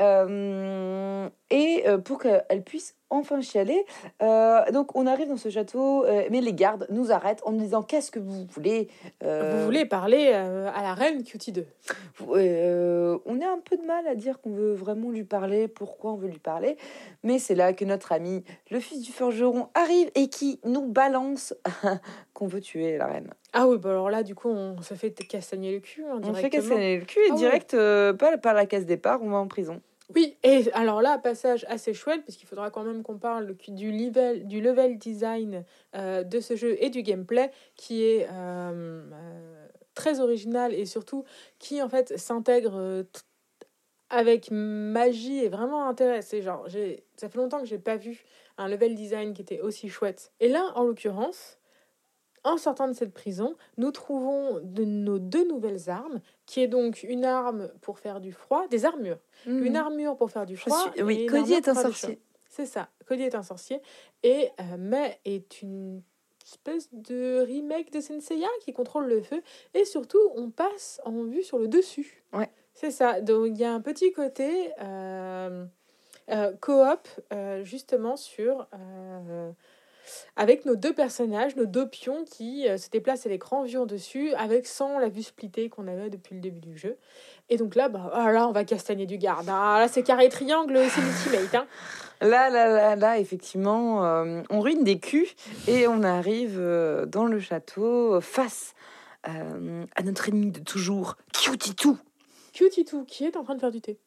euh, et euh, pour qu'elle puisse enfin chialer, euh, donc on arrive dans ce château, euh, mais les gardes nous arrêtent en nous disant qu'est-ce que vous voulez euh, Vous voulez parler euh, à la reine Cutie deux. vous- euh, On a un peu de mal à dire qu'on veut vraiment lui parler, pourquoi on veut lui parler, mais c'est là que notre ami, le fils du forgeron, arrive et qui nous balance qu'on veut tuer la reine. Ah oui, bah alors là, du coup, on se fait castagner le cul hein, On directement. fait casser le cul et Ah ouais. direct, euh, pas par la case départ, on va en prison. Oui, et alors là, passage assez chouette, parce qu'il faudra quand même qu'on parle du level, du level design euh, de ce jeu et du gameplay, qui est euh, euh, très original et surtout qui, en fait, s'intègre euh, t- avec magie et vraiment intéressant. Genre, j'ai, ça fait longtemps que j'ai pas vu un level design qui était aussi chouette. Et là, en l'occurrence, en sortant de cette prison, nous trouvons de nos deux nouvelles armes, qui est donc une arme pour faire du froid, des armures. Mmh. Une armure pour faire du Je froid. suis- et Oui, une Cody armure est pour un faire du sorcier. chaud. C'est ça, Cody est un sorcier. Et euh, May est une espèce de remake de Senseiya qui contrôle le feu. Et surtout, on passe en vue sur le dessus. Ouais. C'est ça. Donc, il y a un petit côté euh, euh, coop, euh, justement, sur... euh, avec nos deux personnages, nos deux pions qui euh, se déplacent à l'écran vue en dessus, avec sans la vue splittée qu'on avait depuis le début du jeu. Et donc là, bah, ah, là on va castagner du garde. Ah, là, c'est carré triangle, c'est l'ultimate. Hein. Là, là, là, là, effectivement, euh, on ruine des culs et on arrive euh, dans le château face euh, à notre ennemi de toujours, Kyutitu. Kyutitu, qui est en train de faire du thé.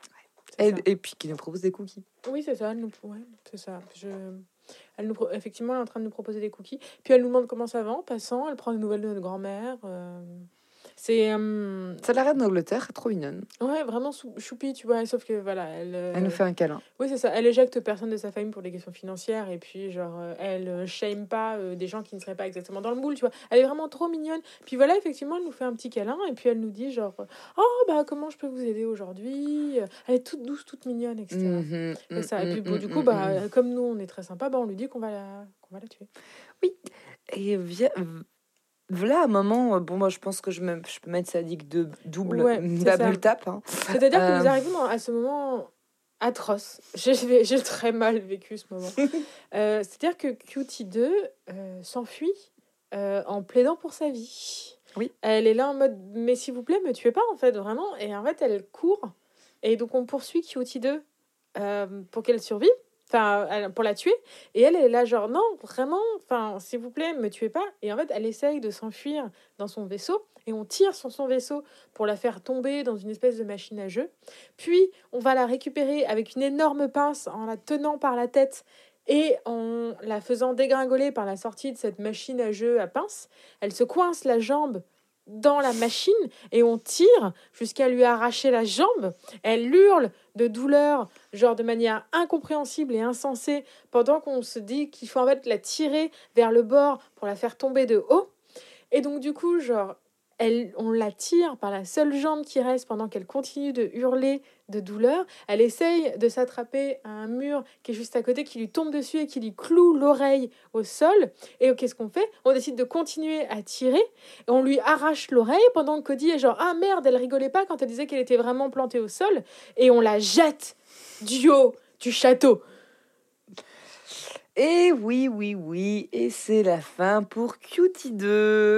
Et, et puis qui nous propose des cookies. Oui, c'est ça. Elle nous... ouais, c'est ça. Je... Elle nous... Effectivement, elle est en train de nous proposer des cookies. Puis elle nous demande comment ça va en passant. Elle prend des nouvelles de notre grand-mère. Euh... C'est. Euh... C'est la reine d'Angleterre, trop mignonne. Ouais, vraiment sou... choupi, tu vois. Sauf que voilà. Elle, euh... elle nous fait un câlin. Oui, c'est ça. Elle éjecte personne de sa famille pour des questions financières. Et puis, genre, euh, elle euh, shame pas euh, des gens qui ne seraient pas exactement dans le moule, tu vois. Elle est vraiment trop mignonne. Puis voilà, effectivement, elle nous fait un petit câlin. Et puis elle nous dit, genre, oh, bah, comment je peux vous aider aujourd'hui? Elle est toute douce, toute mignonne, et cetera. Mmh, c'est ça. Et puis, bon, mmh, du coup, mmh, bah, mmh. comme nous, on est très sympa, bah, on lui dit qu'on va la, qu'on va la tuer. Oui. Et via. Voilà, à un moment, bon, moi je pense que je, me, je peux mettre Sadik de double, ouais, double tap. Hein. C'est-à-dire euh... que nous arrivons dans, à ce moment atroce. J'ai, j'ai très mal vécu ce moment. euh, c'est-à-dire que Cutie deux euh, s'enfuit euh, en plaidant pour sa vie. Oui. Elle est là en mode, mais s'il vous plaît, me tuez pas, en fait, vraiment. Et en fait, elle court. Et donc, on poursuit Cutie deux euh, pour qu'elle survive. Enfin, pour la tuer. Et elle, elle est là genre, non, vraiment, enfin, s'il vous plaît, me tuez pas. Et en fait, elle essaye de s'enfuir dans son vaisseau. Et on tire sur son vaisseau pour la faire tomber dans une espèce de machine à jeu. Puis, on va la récupérer avec une énorme pince en la tenant par la tête et en la faisant dégringoler par la sortie de cette machine à jeu à pince. Elle se coince la jambe dans la machine et on tire jusqu'à lui arracher la jambe. Elle hurle de douleur, genre de manière incompréhensible et insensée, pendant qu'on se dit qu'il faut en fait la tirer vers le bord pour la faire tomber de haut. Et donc du coup, genre, elle, on la tire par la seule jambe qui reste pendant qu'elle continue de hurler de douleur. Elle essaye de s'attraper à un mur qui est juste à côté, qui lui tombe dessus et qui lui cloue l'oreille au sol. Et qu'est-ce qu'on fait? On décide de continuer à tirer et on lui arrache l'oreille pendant que Cody est genre « Ah merde, elle rigolait pas quand elle disait qu'elle était vraiment plantée au sol. » Et on la jette du haut du château. Et oui, oui, oui. Et c'est la fin pour Cutie deux.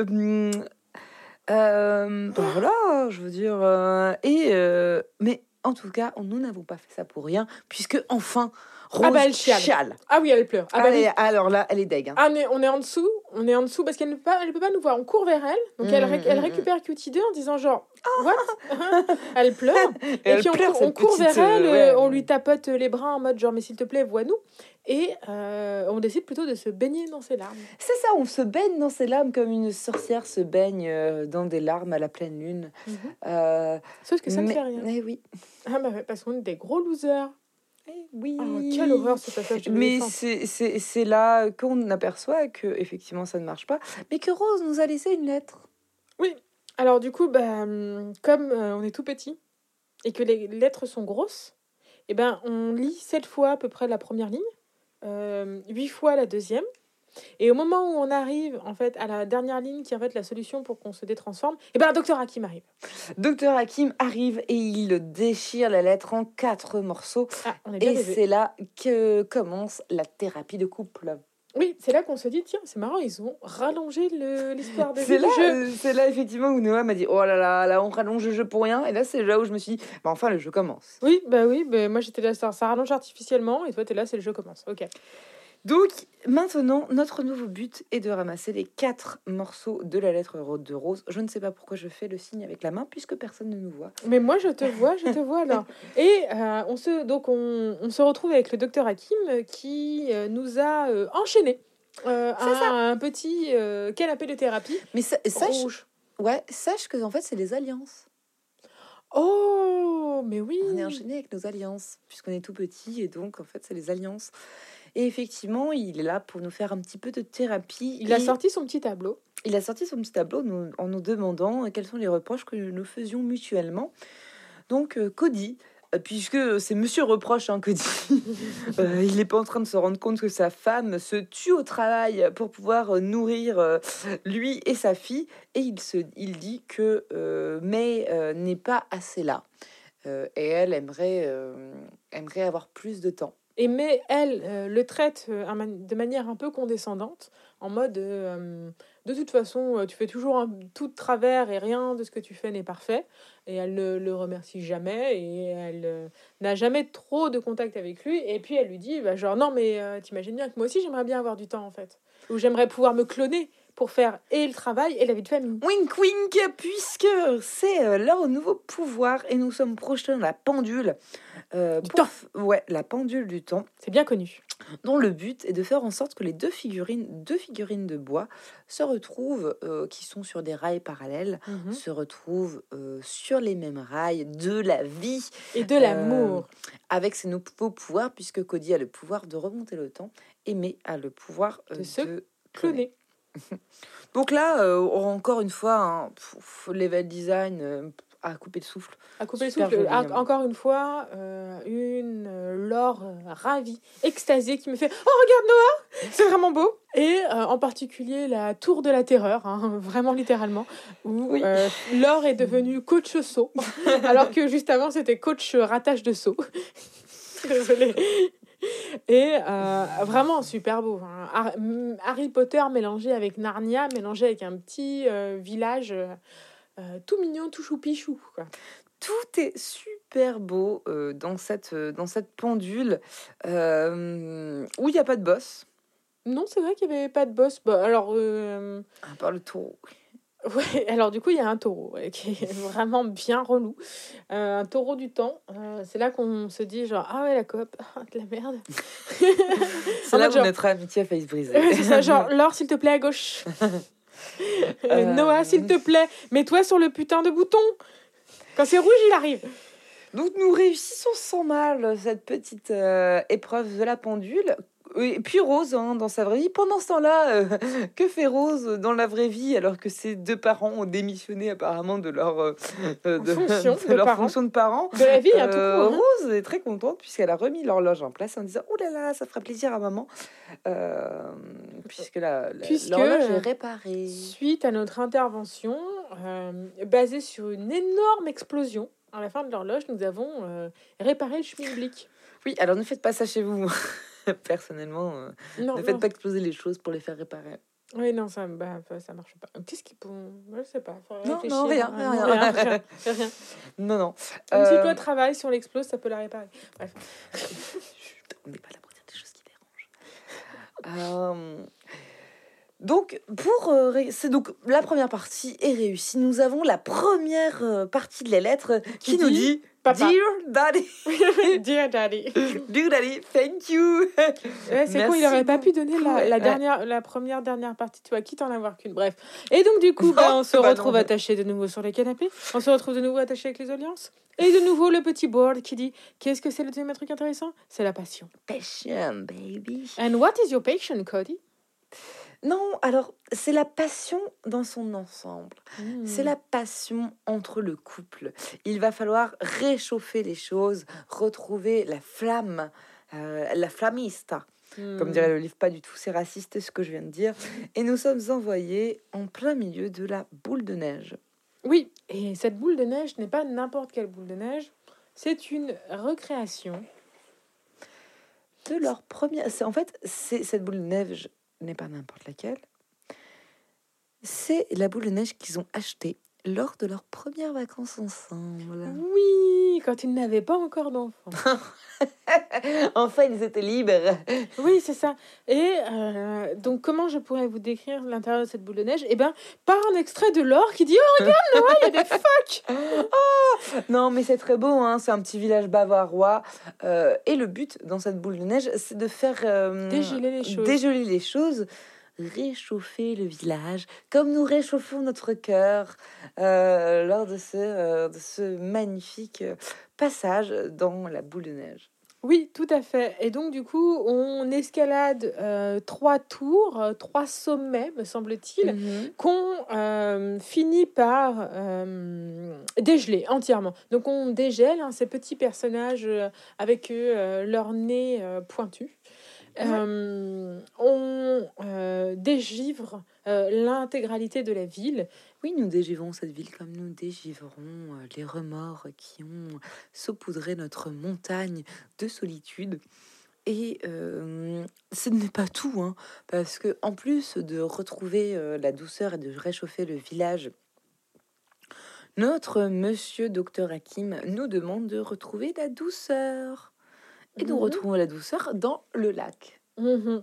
Euh, ben voilà, je veux dire. Euh, et euh, mais en tout cas, nous n'avons pas fait ça pour rien, puisque enfin, Rose ah bah elle chiale. chiale. Ah oui, elle pleure. Ah bah Allez, oui. Alors là, elle est deg. Hein. Ah, mais on est en dessous, on est en dessous parce qu'elle ne peut pas, elle peut pas nous voir. On court vers elle, donc mmh, elle, ré- elle récupère Cutie deux en disant genre what. Elle pleure. Et, et elle puis on, pleure, court, on court vers euh, elle, ouais. on lui tapote les bras en mode genre mais s'il te plaît vois-nous. Et euh, on décide plutôt de se baigner dans ses larmes. C'est ça, on se baigne dans ses larmes comme une sorcière se baigne dans des larmes à la pleine lune. Mmh. Euh, Sauf que ça mais, ne fait rien. Mais oui. Ah bah parce qu'on est des gros losers. Eh oui. Oh, quelle horreur ce passage de Mais c'est, c'est, c'est là qu'on aperçoit que effectivement ça ne marche pas, mais que Rose nous a laissé une lettre. Oui. Alors du coup, bah, comme euh, on est tout petit et que les lettres sont grosses, eh ben on lit sept fois à peu près la première ligne, euh, huit fois la deuxième. Et au moment où on arrive en fait à la dernière ligne qui est en fait la solution pour qu'on se détransforme, et ben Docteur Hakim arrive. Docteur Hakim arrive et il déchire la lettre en quatre morceaux. Ah, on est bien et levé. C'est là que commence la thérapie de couple. Oui, c'est là qu'on se dit tiens, c'est marrant, ils ont rallongé le, l'histoire de c'est vie là, du jeu. C'est là effectivement où Noah m'a dit oh là là, là on rallonge le jeu pour rien. Et là c'est là où je me suis dit bah enfin le jeu commence. Oui, bah oui, bah, moi j'étais là, ça, ça rallonge artificiellement et toi t'es là, c'est le jeu commence. Ok. Donc, maintenant, notre nouveau but est de ramasser les quatre morceaux de la lettre de Rose. Je ne sais pas pourquoi je fais le signe avec la main, puisque personne ne nous voit. Mais moi, je te vois, je te vois, là. Et euh, on, se, donc on, on se retrouve avec le docteur Hakim qui euh, nous a euh, enchaînés euh, à ça. un petit euh, canapé de thérapie. Mais sa- sache, rouge. Ouais, sache que en fait, c'est les alliances. Oh, mais oui. On est enchaîné avec nos alliances, puisqu'on est tout petit, et donc, en fait, c'est les alliances. Et effectivement, il est là pour nous faire un petit peu de thérapie. Il a sorti son petit tableau. Il a sorti son petit tableau nous, en nous demandant quels sont les reproches que nous faisions mutuellement. Donc, euh, Cody, euh, puisque c'est Monsieur Reproche, hein, Cody, euh, il n'est pas en train de se rendre compte que sa femme se tue au travail pour pouvoir euh, nourrir euh, lui et sa fille. Et il, se, il dit que euh, May euh, n'est pas assez là. Euh, et elle aimerait, euh, aimerait avoir plus de temps. Et mais elle euh, le traite euh, un man- de manière un peu condescendante, en mode euh, de toute façon, euh, tu fais toujours un, tout de travers et rien de ce que tu fais n'est parfait. Et elle ne le remercie jamais et elle euh, n'a jamais trop de contact avec lui. Et puis elle lui dit, bah, genre, non, mais euh, t'imagines bien que moi aussi j'aimerais bien avoir du temps en fait. Ou j'aimerais pouvoir me cloner pour faire et le travail et la vie de famille. Wink wink, puisque c'est euh, leur nouveau pouvoir et nous sommes projetés dans la pendule. euh, Du pour temps. f- Ouais, la pendule du temps, C'est bien connu. dont le but est de faire en sorte que les deux figurines, deux figurines de bois se retrouvent, euh, qui sont sur des rails parallèles, Mhm. se retrouvent euh, sur les mêmes rails de la vie, Et de l'amour. avec ses nouveaux pouvoirs, puisque Cody a le pouvoir de remonter le temps et May a le pouvoir euh, De se de Cloné. Donc là, euh, encore une fois, hein, pff, level design euh, à couper le souffle. À couper le Super souffle. joli, Ah, hein. encore une fois, euh, une euh, Laure euh, ravie, extasiée, qui me fait « Oh, regarde Noah, c'est vraiment beau !» Et euh, en particulier la tour de la terreur, hein, vraiment littéralement, où Oui. euh, Laure est devenue coach saut, alors que juste avant, c'était coach ratage de saut. Désolée. Et euh, vraiment super beau. Hein. Har- Harry Potter mélangé avec Narnia, mélangé avec un petit euh, village euh, euh, tout mignon, tout choupichou, quoi. Tout est super beau euh, dans, cette, euh, dans cette pendule euh, où il n'y a pas de boss, Non, c'est vrai qu'il n'y avait pas de boss. Bah, alors, euh, à part le taureau. ouais, alors du coup, il y a un taureau ouais, qui est vraiment bien relou. Euh, un taureau du temps. Euh, c'est là qu'on se dit genre, ah ouais, la coop, ah, de la merde. C'est En là mode où genre- notre amitié a failli se briser. Ouais, c'est ça, genre, Laure, s'il te plaît, à gauche. Euh, Noah, s'il te plaît, mets-toi sur le putain de bouton. Quand c'est rouge, il arrive. Donc nous réussissons sans mal cette petite euh, épreuve de la pendule. Et puis Rose, hein, dans sa vraie vie. Pendant ce temps-là, euh, que fait Rose dans la vraie vie alors que ses deux parents ont démissionné apparemment de leur, euh, euh, de, Fonction de de leur parents. fonction de parents. De la vie, hein, tout Euh, court. hein. Rose est très contente puisqu'elle a remis l'horloge en place en disant « Oh là là, ça fera plaisir à maman euh, ». Puisque la, la- Puisque, l'horloge est euh, réparée. Suite à notre intervention, euh, basée sur une énorme explosion, à la fin de l'horloge, nous avons euh, réparé le schmilblick. Oui, alors ne faites pas ça chez vous. Personnellement, euh, Non, ne non. faites pas exploser les choses pour les faire réparer. Oui, non, ça, bah, ça marche pas. Qu'est-ce qu'ils pourront... Je sais pas. Faudrait Non, réfléchir. non, rien, Euh, rien, non, rien. rien, rien, rien. Non, non. Même si Euh, toi travailles, si on l'explose, ça peut la réparer. Bref. chut, on n'est pas là pour dire des choses qui dérangent. Euh, donc, pour euh, ré- c'est donc la première partie est réussie. Nous avons la première euh, partie de la lettre qui, Qui nous dit, dit Papa. Dear Daddy, Dear Daddy. Dear Daddy, thank you. Ouais, c'est quoi, il Merci aurait pas pu donner beaucoup, la, ouais, la ouais. dernière, la première dernière partie, tu vois, quitte à en avoir qu'une. Bref. Et donc, du coup, Non, bah, on se bah retrouve non. attachés de nouveau sur les canapés. On se retrouve de nouveau attachés avec les alliances. Et de nouveau, le petit board qui dit qu'est-ce que c'est le deuxième truc intéressant? C'est la passion. Passion, baby. And what is your passion, Cody? Non, alors c'est la passion dans son ensemble. Hmm. C'est la passion entre le couple. Il va falloir réchauffer les choses, retrouver la flamme, euh, la flammista, Hmm. comme dirait le livre. Pas du tout, c'est raciste ce que je viens de dire. Et nous sommes envoyés en plein milieu de la boule de neige. Oui, et cette boule de neige n'est pas n'importe quelle boule de neige. C'est une recréation. De leur première, c'est en fait, c'est cette boule de neige n'est pas n'importe laquelle. C'est la boule de neige qu'ils ont achetée lors de leurs premières vacances ensemble. Oui, quand ils n'avaient pas encore d'enfants. Enfin, ils étaient libres. Oui, c'est ça. Et euh, donc, comment je pourrais vous décrire l'intérieur de cette boule de neige? Eh bien, par un extrait de Laure qui dit « Oh, regarde, Noah, il y a des phoques !» Non, mais c'est très beau, hein. C'est un petit village bavarois. Euh, et le but dans cette boule de neige, c'est de faire euh, Dégeler les choses. dégeler les choses, réchauffer le village, comme nous réchauffons notre cœur euh, lors de ce, euh, de ce magnifique euh, passage dans la boule de neige. Oui, tout à fait. Et donc, du coup, on escalade euh, trois tours, euh, trois sommets, me semble-t-il, Mhm. qu'on euh, finit par euh, dégeler entièrement. Donc, on dégèle hein, ces petits personnages euh, avec euh, leur nez euh, pointu. Euh, on euh, dégivre euh, l'intégralité de la ville. Oui, nous dégivrons cette ville comme nous dégivrons euh, les remords qui ont saupoudré notre montagne de solitude. Et euh, ce n'est pas tout, hein, parce que en plus de retrouver euh, la douceur et de réchauffer le village, notre monsieur docteur Hakim nous demande de retrouver la douceur. Et nous Mhm. retrouvons la douceur dans le lac. Mhm.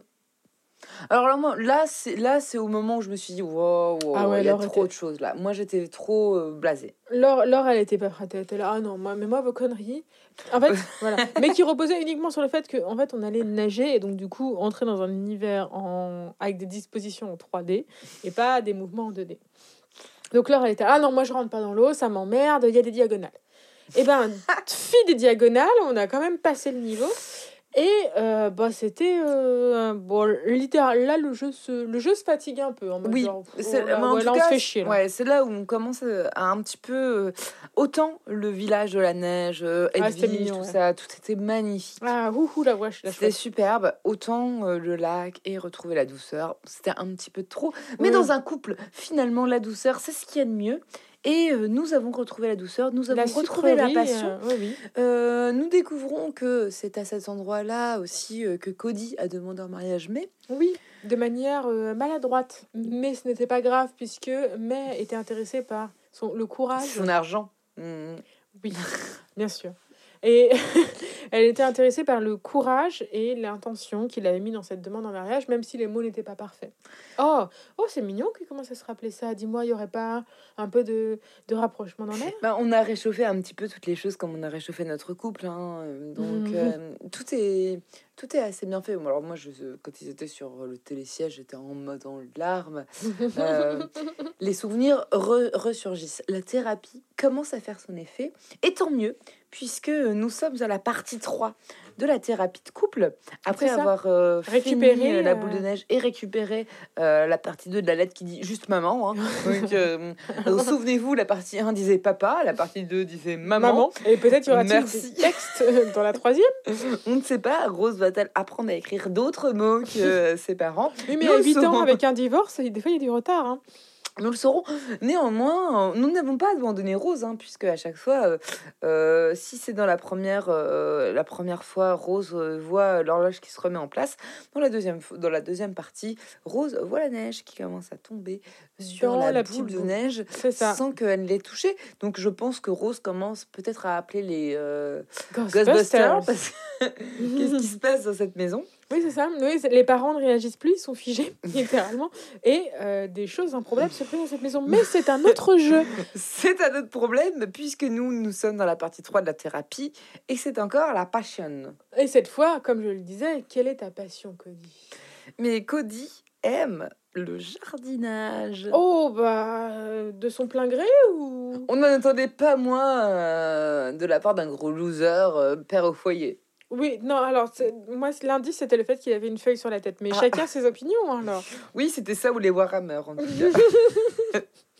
Alors là, moi, là, c'est, là, c'est au moment où je me suis dit, wow, wow, Ah ouais, il y a Laure trop était- de choses là. Moi, j'étais trop euh, blasée. Laure, Laure, elle était pas prête. Elle était là, ah non, moi, mais moi, vos conneries. En fait, voilà. Mais qui reposait uniquement sur le fait qu'en fait, on allait nager et donc, du coup, entrer dans un univers en... avec des dispositions en trois D et pas des mouvements en deux D. Donc, Laure, elle était, ah non, moi, je rentre pas dans l'eau, ça m'emmerde, il y a des diagonales. Et ben, fille des diagonales, on a quand même passé le niveau. Et euh, bah, c'était. Euh, bon, littéral, là, le jeu, se, le jeu se fatigue un peu. En mode Oui, genre, c'est, oh là, mais en ouais, tout là, on cas, se fait chier. Là. ouais, c'est là où on commence euh, à un petit peu. euh, autant le village de la neige, euh, Ah, c'était Edwige, mignon, tout ouais. ça, tout était magnifique. Ah, ouhou, la wesh, la C'était chouette. superbe, autant euh, le lac et retrouver la douceur, c'était un petit peu trop. Mais Oui. dans un couple, finalement, la douceur, c'est ce qu'il y a de mieux. Et euh, nous avons retrouvé la douceur, nous avons La retrouvé la sucrerie, passion. euh, oui, oui. Euh, nous découvrons que c'est à cet endroit-là aussi euh, que Cody a demandé en mariage May. Oui, de manière euh, maladroite. Mais ce n'était pas grave puisque May était intéressée par son, le courage. Son argent. Mmh. Oui, bien sûr. Et elle était intéressée par le courage et l'intention qu'il avait mis dans cette demande en mariage, même si les mots n'étaient pas parfaits. Oh, oh c'est mignon qu'il commence à se rappeler ça. Dis-moi, il n'y aurait pas un peu de, de rapprochement dans l'air? Ben, on a réchauffé un petit peu toutes les choses comme on a réchauffé notre couple. Hein. Donc, Mhm. euh, tout, est, tout est assez bien fait. Alors, moi, je, quand ils étaient sur le télésiège, j'étais en mode en larmes. Euh, les souvenirs re- ressurgissent. La thérapie commence à faire son effet. Et tant mieux, puisque nous sommes à la partie trois de la thérapie de couple. Après C'est ça. avoir euh, Récupéré, fini euh, la euh, boule de neige et récupéré euh, la partie deux de la lettre qui dit juste maman. Hein. Donc, euh, alors, souvenez-vous, la partie un disait papa, la partie deux disait maman. Maman. Et peut-être y aura-t-il Merci. des textes dans la troisième? On ne sait pas, Rose va-t-elle apprendre à écrire d'autres mots que euh, ses parents? Oui, mais Nous à le huit ans, saurons. avec un divorce, des fois, il y a du retard. Hein. Nous le saurons. Néanmoins, euh, nous n'avons pas abandonné Rose, hein, puisque à chaque fois, euh, euh, si c'est dans la première, euh, la première fois, Rose euh, voit l'horloge qui se remet en place. Dans la deuxième, f- dans la deuxième partie, Rose voit la neige qui commence à tomber sur Dans la, la boule petite de boule. neige C'est ça. sans qu'elle l'ait touchée. Donc, je pense que Rose commence peut-être à appeler les euh, Ghostbusters. Ghostbusters. Parce que qu'est-ce qui se passe dans cette maison? Oui, c'est ça. Oui, c'est- les parents ne réagissent plus, ils sont figés, littéralement. Et euh, des choses improbables se passent dans cette maison. Mais c'est un autre jeu. C'est un autre problème, puisque nous, nous sommes dans la partie trois de la thérapie, et c'est encore la passion. Et cette fois, comme je le disais, quelle est ta passion, Cody? Mais Cody aime le jardinage. Oh, bah, euh, de son plein gré ou... On n'en attendait pas moins euh, de la part d'un gros loser, euh, père au foyer. Oui, non, alors, c'est- moi, l'indice, c'était le fait qu'il avait une feuille sur la tête. Mais Ah. chacun ses opinions, hein, alors. Oui, c'était ça ou les Warhammer, en tout cas.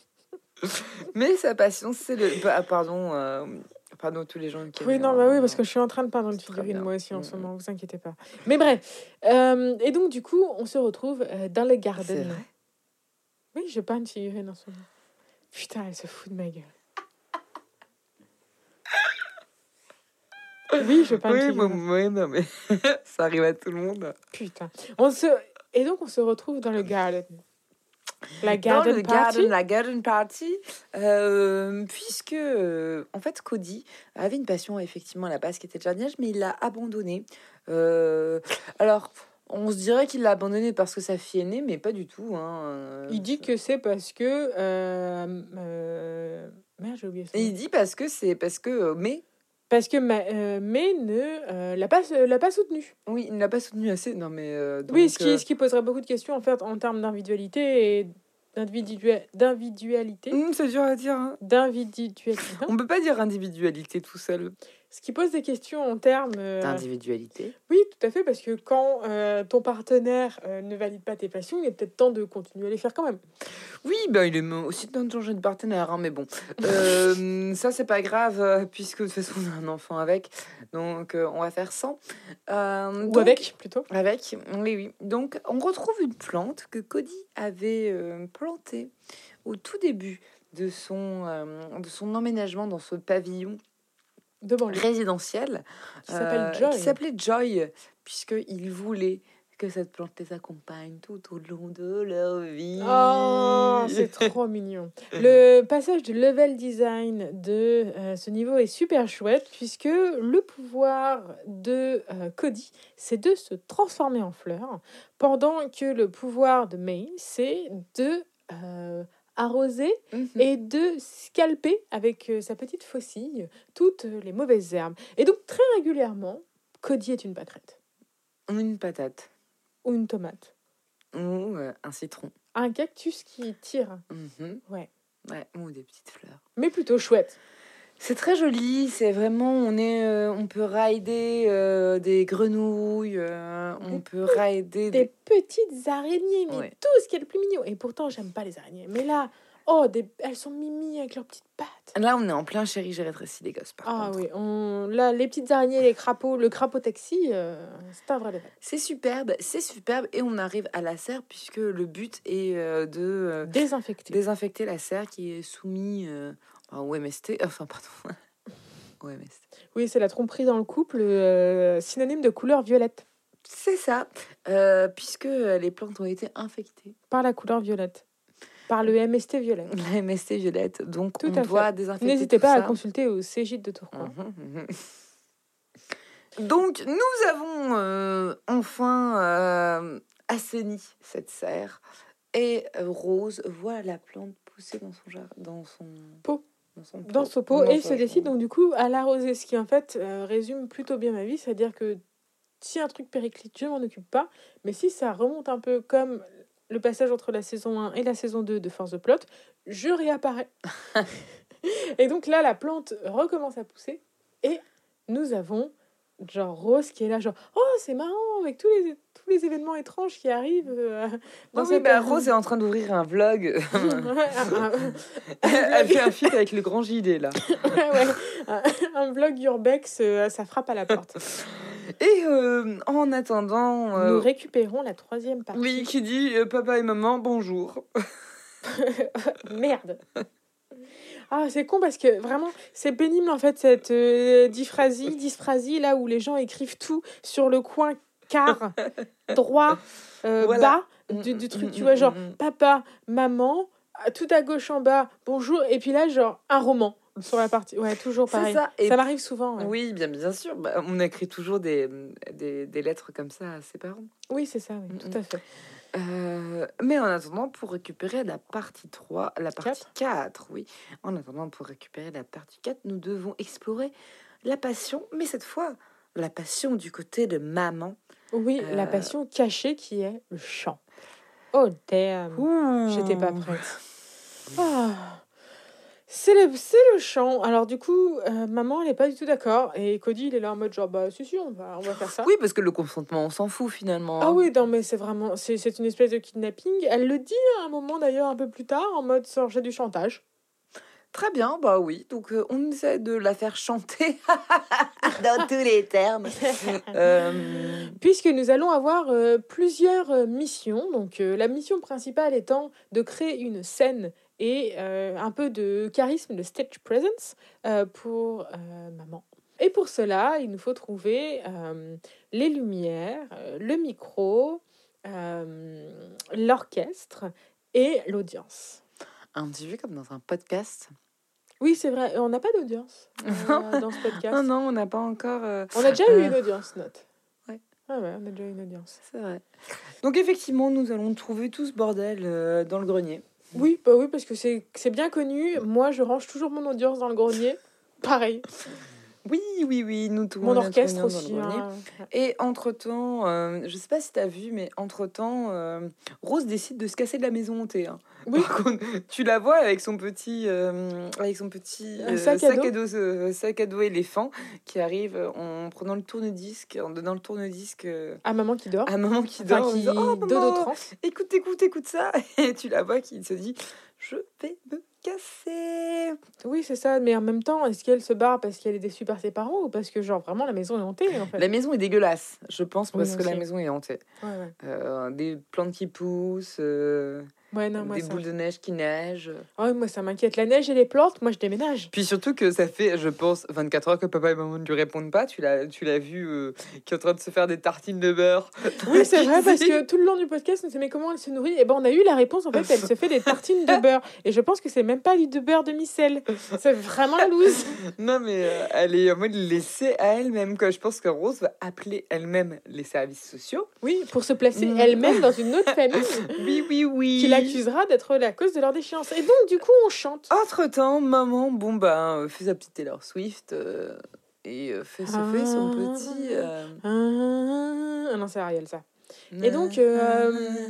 Mais sa passion, c'est le... Ah, pardon, euh, pardon tous les gens qui Oui, aiment non, le bah oui, Warhammer. parce que je suis en train de peindre une C'est très figurine, bien. moi aussi, en ce Mm. moment, vous inquiétez pas. Mais bref, euh, et donc, du coup, on se retrouve euh, dans le C'est garden. vrai. Oui, je peins une figurine en ce moment. Putain, elle se fout de ma gueule. Oui, je peins une Oui, moi, figurine. moi, non, mais ça arrive à tout le monde. Putain. On se... Et donc, on se retrouve dans le garden. La Dans garden le party. garden, la garden party, euh, puisque euh, en fait Cody avait une passion effectivement à la base qui était le jardinage, mais il l'a abandonné. Euh, alors on se dirait qu'il l'a abandonné parce que sa fille est née, mais pas du tout. Hein. Il dit que c'est parce que... Euh, euh, Merde, j'ai oublié ça. Et il dit parce que c'est parce que euh, mais Parce que ma, euh, May ne euh, l'a pas, l'a pas soutenu. oui, il ne l'a pas soutenu assez. Non mais euh, donc, Oui, ce qui, euh, ce qui poserait beaucoup de questions en fait en termes d'individualité et d'individua- d'individualité. hum, c'est dur à dire. Hein. D'individualité. On peut pas dire individualité tout seul. Ce qui pose des questions en termes... euh, D'individualité. Oui, tout à fait, parce que quand euh, ton partenaire euh, ne valide pas tes passions, il est peut-être temps de continuer à les faire quand même. Oui, ben il est aussi temps de changer de partenaire, hein, mais bon, euh, ça c'est pas grave, euh, puisque de toute façon on a un enfant avec, donc euh, on va faire sans. Euh, Ou donc- avec, plutôt. Avec, oui, oui. Donc on retrouve une plante que Cody avait euh, plantée au tout début de son, euh, de son emménagement dans ce pavillon Devant lui. résidentiel Qui s'appelle euh, Joy. qui s'appelait Joy, puisqu'il voulait que cette plante les accompagne tout au long de leur vie. Oh, c'est trop mignon. Le passage du level design de euh, ce niveau est super chouette puisque le pouvoir de euh, Cody, c'est de se transformer en fleur, pendant que le pouvoir de May, c'est de euh, arroser Mhm. et de scalper avec euh, sa petite faucille toutes les mauvaises herbes. Et donc très régulièrement, Cody est une pâquerette Ou une patate. ou une tomate, Ou euh, un citron. un cactus qui tire. Mhm. Ouais. Ouais, ou des petites fleurs. Mais plutôt chouette. C'est très joli, c'est vraiment, on est, euh, on peut rider euh, des grenouilles, euh, on Des peut rider Des des... petites araignées, mais Ouais. tout ce qui est le plus mignon. Et pourtant, j'aime pas les araignées. Mais là, oh, des... elles sont mimi avec leurs petites pattes. Là, on est en plein chéri, j'ai rétréci les gosses, par Ah contre. oui, on... là, les petites araignées, les crapauds, le crapaud taxi, euh, c'est un vrai level. C'est superbe, c'est superbe, et on arrive à la serre, puisque le but est euh, de euh, Désinfecté. désinfecter la serre qui est soumise euh, au M S T, enfin, pardon, au M S T. Oui, c'est la tromperie dans le couple, euh, synonyme de couleur violette. C'est ça, euh, puisque les plantes ont été infectées. Par la couleur violette. Par le M S T violet. La M S T violette, donc Tout on à doit fait. désinfecter N'hésitez tout pas ça. à consulter au Cégide de Tourcoing. Mhm, mhm. Donc, nous avons euh, enfin euh, assaini cette serre. Et euh, Rose voit la plante pousser dans son jardin, dans son Pot. Dans son pot. Dans son pot, Dans et il son- se décide donc du coup à l'arroser, ce qui en fait euh, résume plutôt bien ma vie, c'est-à-dire que si un truc périclite, je m'en occupe pas, mais si ça remonte un peu comme le passage entre la saison un et la saison deux de Force the Plot, je réapparais. Et donc là, la plante recommence à pousser, et nous avons genre Rose qui est là, genre oh c'est marrant avec tous les tous les événements étranges qui arrivent. Euh, Oui, dans oui, cette- bah, Rose est en train d'ouvrir un vlog. Ouais, un- un- Elle fait un feat avec le grand J D, là. ouais, ouais. Un, un vlog urbex, euh, ça frappe à la porte. Et euh, en attendant... euh, Nous récupérons la troisième partie. oui, qui dit euh, papa et maman, bonjour. Merde. Ah, c'est con parce que vraiment, c'est pénible en fait cette euh, diphrasie, dysphrasie là où les gens écrivent tout sur le coin quart, droit, euh, Voilà. bas du, du truc. Mm, Tu mm, vois, mm, genre mm. papa, maman, à- tout à gauche en bas, bonjour, et puis là, genre un roman sur la partie. Ouais, toujours C'est pareil. ça. Et Ça m'arrive souvent. Ouais. oui, bien, bien sûr. Bah, on écrit toujours des, des, des lettres comme ça à ses parents. Oui, c'est ça, oui, Mm, tout à fait. Euh, mais en attendant, pour récupérer la partie trois, la partie quatre, oui. En attendant, pour récupérer la partie quatre, nous devons explorer la passion, mais cette fois, la passion du côté de maman. Oui, Euh, la passion cachée qui est le chant. Oh damn, Ouh. j'étais pas prête. Ah, c'est le, c'est le chant. Alors du coup, euh, maman, elle est pas du tout d'accord. Et Cody, il est là en mode genre, bah si, si, on va, on va faire ça. Oui, parce que le consentement, on s'en fout finalement. Ah oui, non, mais c'est vraiment, c'est, c'est une espèce de kidnapping. Elle le dit à un moment d'ailleurs, un peu plus tard, en mode genre, j'ai du chantage. Très bien, bah oui. Donc euh, on essaie de la faire chanter dans tous les termes. Euh, Puisque nous allons avoir euh, plusieurs euh, missions. Donc euh, la mission principale étant de créer une scène et euh, un peu de charisme, de stage presence euh, pour euh, maman. Et pour cela, il nous faut trouver euh, les lumières, euh, le micro, euh, l'orchestre et l'audience. un petit peu comme dans un podcast. Oui, c'est vrai, on n'a pas d'audience euh, dans ce podcast. Non, non, on n'a pas encore... euh, On a déjà eu euh, une audience, note. Ouais. Ah ouais, on a déjà eu une audience. C'est vrai. Donc effectivement, nous allons trouver tout ce bordel euh, dans le grenier. Oui, bah oui, parce que c'est, c'est bien connu. Moi, je range toujours mon audience dans le grenier. Pareil. Oui, oui, oui, nous trouvons Mon notre orchestre réunion dans aussi. le grenier. Hein. Et entre-temps, euh, je sais pas si t'as vu, mais entre-temps, euh, Rose décide de se casser de la maison hantée. Hein. Oui. Par contre, tu la vois avec son petit, euh, avec son petit Un euh, sac à dos. dos, euh, sac à dos éléphant qui arrive en prenant le tourne-disque, en donnant le tourne-disque euh, À maman qui dort. à maman qui Enfin, dort. en qui disant, oh, dodo maman, trans. écoute, écoute, écoute ça. Et tu la vois qui se dit, je vais me casser. Oui, c'est ça. Mais en même temps, est-ce qu'elle se barre parce qu'elle est déçue par ses parents ou parce que, genre, vraiment, la maison est hantée, en fait. La maison est dégueulasse, je pense, Oui, parce que la aussi. maison est hantée. Ouais, ouais. Euh, des plantes qui poussent, euh, Ouais, non, moi, des ça... boules de neige qui neigent. Oh, moi, ça m'inquiète. La neige et les plantes, moi, je déménage. Puis surtout que ça fait, je pense, vingt-quatre heures que papa et maman ne lui répondent pas. Tu l'as, tu l'as vu euh, qui est en train de se faire des tartines de beurre. Oui, c'est vrai, parce que tout le long du podcast, on s'est dit, mais comment elle se nourrit? Et ben, on a eu la réponse, en fait, elle se fait des tartines de beurre. Et je pense que c'est même pas du de beurre demi-sel. C'est vraiment la loose. Non, mais euh, elle est en mode laissée à elle-même, quoi. Je pense que Rose va appeler elle-même les services sociaux. Oui, pour se placer Mm. elle-même dans une autre famille. Oui, oui, oui. Qui l'accusera d'être la cause de leur déchéance. Et donc, du coup, on chante. Entre-temps, maman, bon, bah, euh, fait sa petite Taylor Swift euh, et euh, fait, se fait son petit... euh, Ah non, c'est Ariel, ça. Et donc, euh,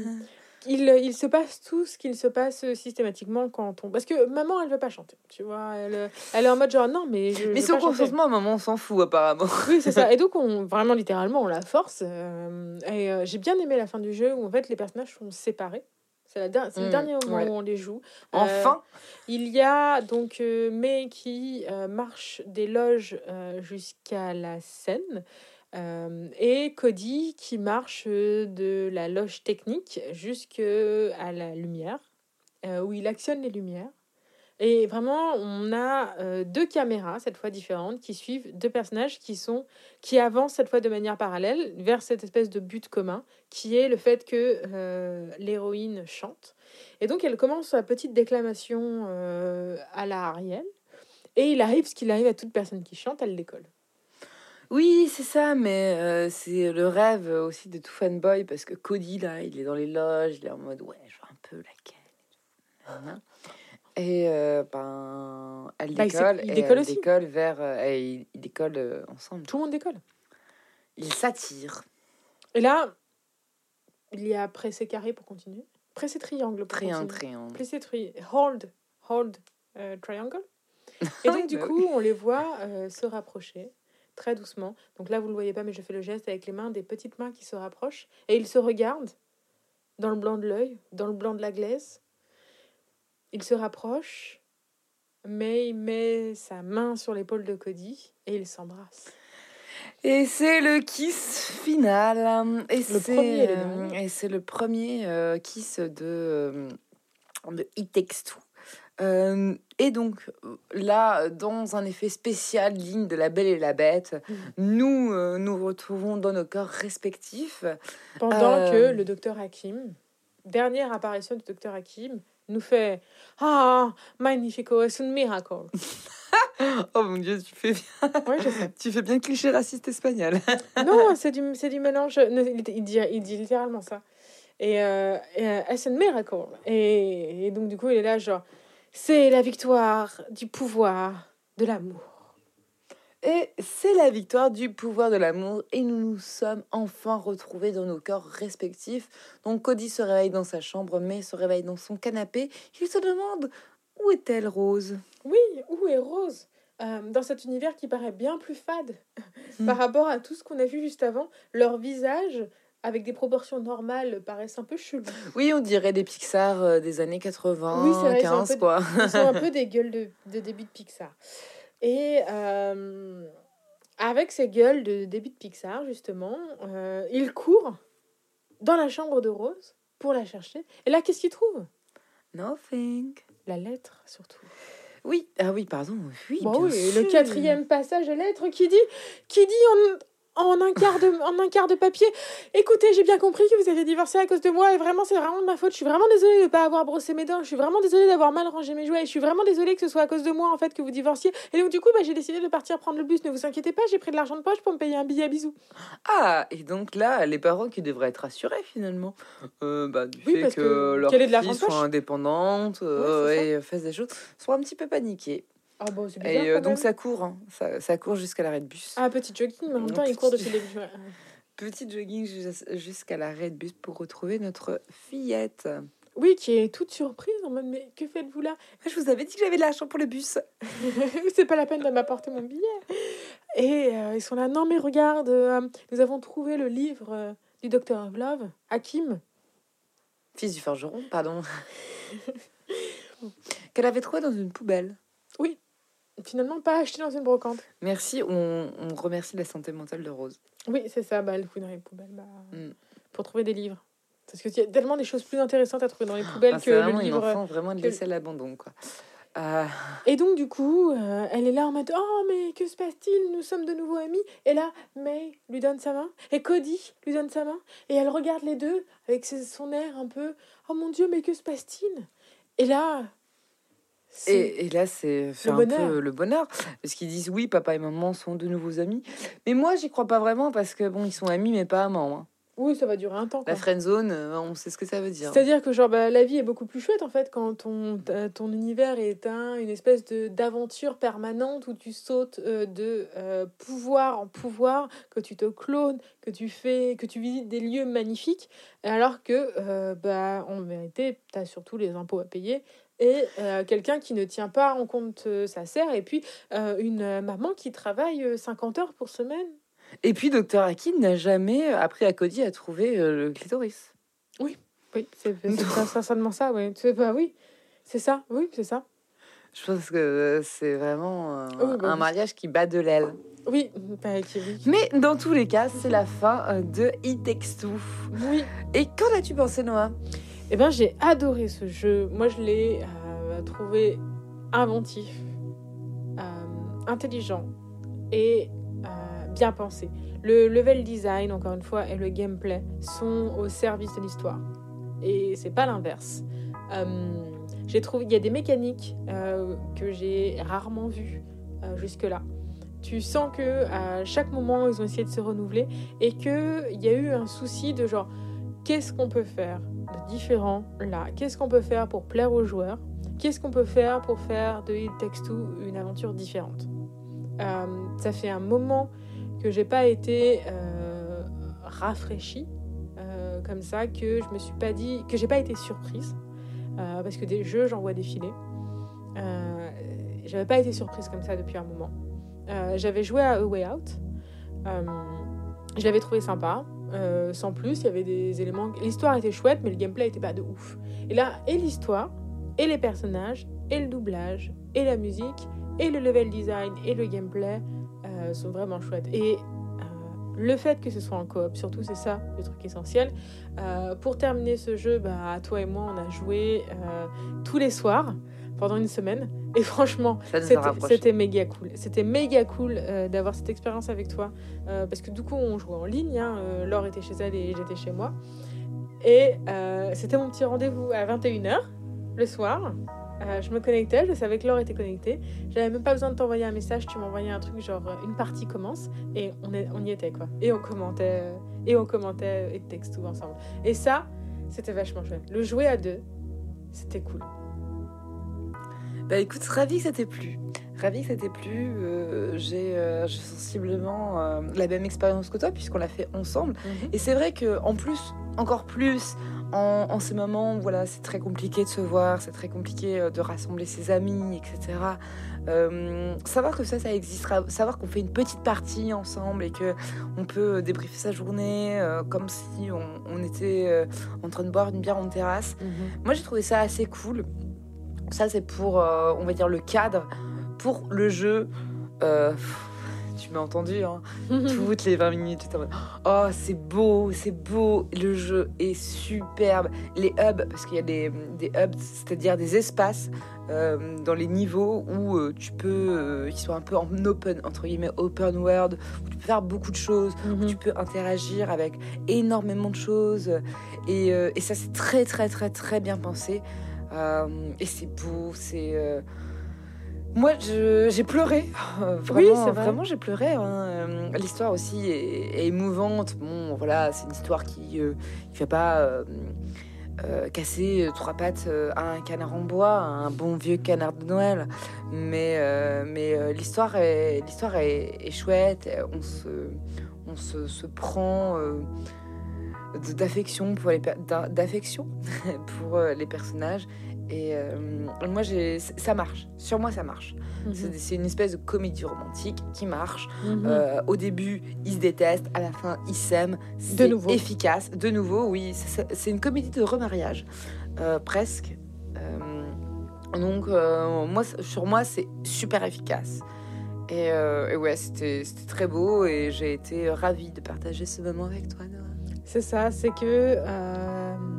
il, il se passe tout ce qu'il se passe systématiquement quand on... Parce que maman, elle veut pas chanter, tu vois. Elle, elle est en mode genre, non, mais je Mais veux son pas chanter. consentement, maman, on s'en fout, apparemment. Oui, c'est ça. Et donc, on, vraiment, littéralement, on la force. euh, et euh, j'ai bien aimé la fin du jeu où, en fait, les personnages sont séparés. C'est, la der- c'est le Mmh, dernier moment ouais. où on les joue. Enfin. Euh, il y a donc euh, May qui euh, marche des loges euh, jusqu'à la scène. Euh, et Cody qui marche euh, de la loge technique jusqu'à la lumière, euh, où il actionne les lumières. Et vraiment, on a euh, deux caméras, cette fois différentes, qui suivent deux personnages qui, sont, qui avancent cette fois de manière parallèle vers cette espèce de but commun, qui est le fait que euh, l'héroïne chante. Et donc, elle commence sa petite déclamation euh, à la Ariel. Et il arrive ce qu'il arrive à toute personne qui chante, elle décolle. Oui, c'est ça, mais euh, c'est le rêve aussi de tout fanboy, parce que Cody, là, il est dans les loges, il est en mode, ouais, je vois un peu laquelle. Et euh, ben, elle Bah, il décolle, s'est- il et décolle elle aussi. décolle vers... euh, et ils, ils décollent euh, ensemble. Tout le monde décolle. Ils s'attirent. Et là, il y a pressé carré pour continuer. Pressé triangle pour Triangle, continuer. triangle. Pressé triangle. Hold. Hold euh, triangle. Et donc, Oui, du bah coup, oui. on les voit euh, se rapprocher très doucement. Donc là, vous le voyez pas, mais je fais le geste avec les mains, des petites mains qui se rapprochent. Et ils se regardent dans le blanc de l'œil, dans le blanc de la glaise. Ils se rapprochent. Mais il met sa main sur l'épaule de Cody et ils s'embrassent. Et c'est le kiss final. Et Le c'est, premier et le euh, dernier. et c'est le premier euh, kiss de, euh, de It Takes Two. Euh, et donc là, dans un effet spécial digne de La Belle et la Bête, Mmh. nous euh, nous retrouvons dans nos corps respectifs. Pendant Euh, que le docteur Hakim, dernière apparition du docteur Hakim, nous fait « Ah, magnifico, es un miracle ». Oh mon Dieu, tu fais bien, Oui, je sais. tu fais bien cliché raciste espagnol. Non, c'est du, c'est du mélange. Non, Il, il dit, il dit littéralement ça. Et, euh, et euh, it's a miracle. Et, et donc, du coup, il est là, genre, c'est la victoire du pouvoir de l'amour. Et c'est la victoire du pouvoir de l'amour et nous nous sommes enfin retrouvés dans nos corps respectifs. Donc Cody se réveille dans sa chambre, mais se réveille dans son canapé. Il se demande où est-elle, Rose? Oui, où est Rose euh, dans cet univers qui paraît bien plus fade Mm. par rapport à tout ce qu'on a vu juste avant. Leur visage, avec des proportions normales, paraissent un peu chelous. Oui, on dirait des Pixar euh, des années quatre-vingts, Oui, c'est vrai, ils sont un quinze, peu- quoi. Ils sont un peu des gueules de, de début de Pixar. Et euh, avec ces gueules de début de Pixar, justement, euh, il court dans la chambre de Rose pour la chercher. Et là, qu'est-ce qu'il trouve? Nothing. La lettre, surtout. Oui, ah oui, pardon. Oui, Bon, bien oui, et sûr. le quatrième passage de lettre qui dit, qui dit en, en, un quart de, en un quart de papier, écoutez, j'ai bien compris que vous avez divorcé à cause de moi et vraiment, c'est vraiment de ma faute. Je suis vraiment désolée de ne pas avoir brossé mes dents. Je suis vraiment désolée d'avoir mal rangé mes jouets. Et je suis vraiment désolée que ce soit à cause de moi, en fait, que vous divorciez. Et donc, du coup, bah, j'ai décidé de partir prendre le bus. Ne vous inquiétez pas, j'ai pris de l'argent de poche pour me payer un billet à bisous. Ah, et donc là, les parents qui devraient être rassurés finalement, euh, bah, du Oui, fait parce que, que leur quel est de l'argent fille de poche soit indépendante euh, Ouais, c'est et fasse des choses, sont un petit peu paniqués. Ah, bon, c'est bizarre Et euh, quand donc même. ça court, hein. ça, ça court jusqu'à l'arrêt de bus. Ah, petit jogging, mais en même temps, il Petit- court depuis le début. Ouais. Petit jogging jus- jusqu'à l'arrêt de bus pour retrouver notre fillette. Oui, qui est toute surprise en mode, mais que faites-vous là? Je vous avais dit que j'avais de l'argent pour le bus. C'est pas la peine de m'apporter mon billet. Et euh, ils sont là, non mais regarde, euh, nous avons trouvé le livre euh, du docteur Love, Hakim. Fils du forgeron, pardon. Qu'elle avait trouvé dans une poubelle. Finalement, pas acheté dans une brocante. Merci, on, on remercie la santé mentale de Rose. Oui, c'est ça, bah, elle fouille dans les poubelles bah, Mm. pour trouver des livres. Parce qu'il y a tellement des choses plus intéressantes à trouver dans les poubelles Ah, que c'est vraiment le une livre. enfant vraiment que- laissée à l'abandon, quoi. Euh, Et donc, du coup, euh, elle est là en mode oh, mais que se passe-t-il? Nous sommes de nouveau amis. Et là, May lui donne sa main. Et Cody lui donne sa main. Et elle regarde les deux avec ses- son air un peu oh mon Dieu, mais que se passe-t-il? Et là. c'est- Et, et là, c'est c'est Le un bonheur. peu le bonheur. Parce qu'ils disent oui, papa et maman sont de nouveaux amis. Mais moi, j'y crois pas vraiment parce que bon, ils sont amis, mais pas amants. Hein. Oui, ça va durer un temps. Quoi. La friendzone, euh, on sait ce que ça veut dire. C'est-à-dire que genre bah, la vie est beaucoup plus chouette en fait quand ton, ta- ton univers est un, une espèce de d'aventure permanente où tu sautes euh, de euh, pouvoir en pouvoir, que tu te clones, que tu fais, que tu visites des lieux magnifiques, alors que euh, bah en vérité t'as surtout les impôts à payer et euh, quelqu'un qui ne tient pas en compte euh, sa serre et puis euh, une euh, maman qui travaille euh, cinquante heures pour semaine. Et puis, docteur Hakim n'a jamais appris à Cody à trouver euh, le clitoris. Oui, c'est c'est ça, ça, seulement ça, oui. C'est bah oui, c'est ça, oui, c'est ça. Je pense que c'est vraiment euh, Oui, bah un oui. mariage qui bat de l'aile. Oui, bah, qui- oui. Mais dans tous les cas, c'est la fin euh, de It Takes Two. Oui. Et qu'en as-tu pensé, Noah? Eh ben, j'ai adoré ce jeu. Moi, je l'ai euh, trouvé inventif, euh, intelligent et euh, bien pensé. Le level design, encore une fois, et le gameplay sont au service de l'histoire. Et c'est pas l'inverse. Euh, j'ai trouvé, il y a des mécaniques euh, que j'ai rarement vues euh, jusque-là. Tu sens que à chaque moment, ils ont essayé de se renouveler et qu'il y a eu un souci de genre, qu'est-ce qu'on peut faire de différent là? Qu'est-ce qu'on peut faire pour plaire aux joueurs? Qu'est-ce qu'on peut faire pour faire de It Takes Two une aventure différente? euh, Ça fait un moment que j'ai pas été euh, rafraîchie euh, comme ça, que je me suis pas dit, que j'ai pas été surprise euh, parce que des jeux, j'en vois défiler. Euh, j'avais pas été surprise comme ça depuis un moment. Euh, j'avais joué à A Way Out. Euh, je l'avais trouvé sympa. Euh, sans plus, il y avait des éléments. L'histoire était chouette, mais le gameplay était pas de ouf. Et là, et l'histoire, et les personnages, et le doublage, et la musique, et le level design, et le gameplay euh, sont vraiment chouettes. Et euh, le fait que ce soit en coop, surtout, c'est ça le truc essentiel. Euh, pour terminer ce jeu, bah, toi et moi, on a joué euh, tous les soirs pendant une semaine. Et franchement, Ça nous a c'était, rapprochés. c'était méga cool. C'était méga cool euh, d'avoir cette expérience avec toi. Euh, parce que du coup, on jouait en ligne. Hein. Euh, Laure était chez elle et j'étais chez moi. Et euh, c'était mon petit rendez-vous à vingt et une heures le soir. Euh, je me connectais, je savais que Laure était connectée. J'avais même pas besoin de t'envoyer un message. Tu m'envoyais un truc genre euh, une partie commence. Et on, est, on y était quoi. Et on commentait, euh, et on commentait It Takes Two ensemble. Et ça, c'était vachement chouette. Le jouer à deux, c'était cool. Bah écoute, ravi que ça t'ait plu. Ravi que ça t'ait plu. Euh, j'ai, euh, j'ai sensiblement euh, la même expérience que toi puisqu'on l'a fait ensemble. Mm-hmm. Et c'est vrai que en plus, encore plus, en, en ces moments où voilà, c'est très compliqué de se voir, c'est très compliqué euh, de rassembler ses amis, et cetera. Euh, savoir que ça, ça existera, savoir qu'on fait une petite partie ensemble et que on peut débriefer sa journée euh, comme si on, on était euh, en train de boire une bière en terrasse. Mm-hmm. Moi, j'ai trouvé ça assez cool. Ça, c'est pour, euh, on va dire, le cadre. Pour le jeu, euh, tu m'as entendu, hein, toutes les vingt minutes, tu es en mode, oh, c'est beau, c'est beau, le jeu est superbe. Les hubs, parce qu'il y a des, des hubs, c'est-à-dire des espaces euh, dans les niveaux où euh, tu peux, euh, qui sont un peu en open, entre guillemets, open world, où tu peux faire beaucoup de choses, Mm-hmm. où tu peux interagir avec énormément de choses. Et, euh, et ça, c'est très, très, très, très bien pensé. Euh, et c'est beau, c'est... Euh... Moi, je, j'ai pleuré. Euh, vraiment, Oui, c'est vrai. Vraiment, j'ai pleuré. Hein. Euh, l'histoire aussi est, est émouvante. Bon, voilà, c'est une histoire qui ne euh, fait pas euh, euh, casser trois pattes euh, à un canard en bois, à un bon vieux canard de Noël. Mais, euh, mais euh, l'histoire, est, l'histoire est, est chouette. On se, on se, se prend... Euh, d'affection pour les per- d'affection pour euh, les personnages et euh, moi j'ai ça marche sur moi ça marche. Mm-hmm. c'est, c'est une espèce de comédie romantique qui marche. Mm-hmm. Euh, au début ils se détestent, à la fin ils s'aiment, c'est de nouveau. efficace de nouveau. Oui, c'est, c'est une comédie de remariage euh, presque euh, donc euh, moi sur moi c'est super efficace. Et, euh, et ouais, c'était, c'était très beau et j'ai été ravie de partager ce moment avec toi, Noah. C'est ça, c'est que euh,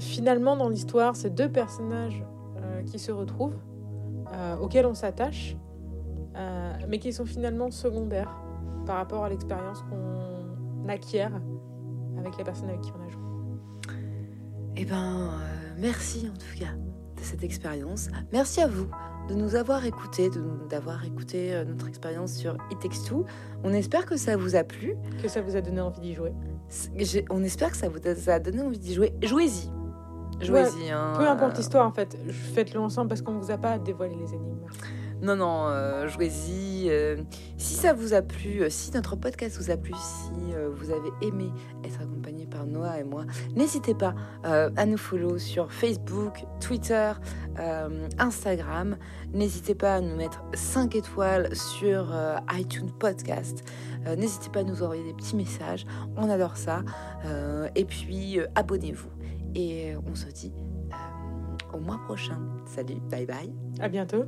finalement, dans l'histoire, c'est deux personnages euh, qui se retrouvent, euh, auxquels on s'attache, euh, mais qui sont finalement secondaires par rapport à l'expérience qu'on acquiert avec les personnes avec qui on a joué. Eh ben, euh, merci en tout cas de cette expérience. Merci à vous de nous avoir écoutés, de nous, d'avoir écouté euh, notre expérience sur It Takes Two. On espère que ça vous a plu. Que ça vous a donné envie d'y jouer. J'ai- on espère que ça vous a donné envie d'y jouer. Jouez-y. Jouez-y. Ouais, hein. peu importe l'histoire, en fait. Faites-le ensemble parce qu'on ne vous a pas dévoilé les énigmes. Non, non, euh, jouez-y. euh, si ça vous a plu, euh, si notre podcast vous a plu, si euh, vous avez aimé être accompagné par Noah et moi, n'hésitez pas euh, à nous follow sur Facebook, Twitter, euh, Instagram. N'hésitez pas à nous mettre cinq étoiles sur euh, iTunes Podcast. Euh, n'hésitez pas à nous envoyer des petits messages. On adore ça. Euh, et puis, euh, abonnez-vous. Et euh, on se dit euh, au mois prochain. Salut, bye bye. À bientôt.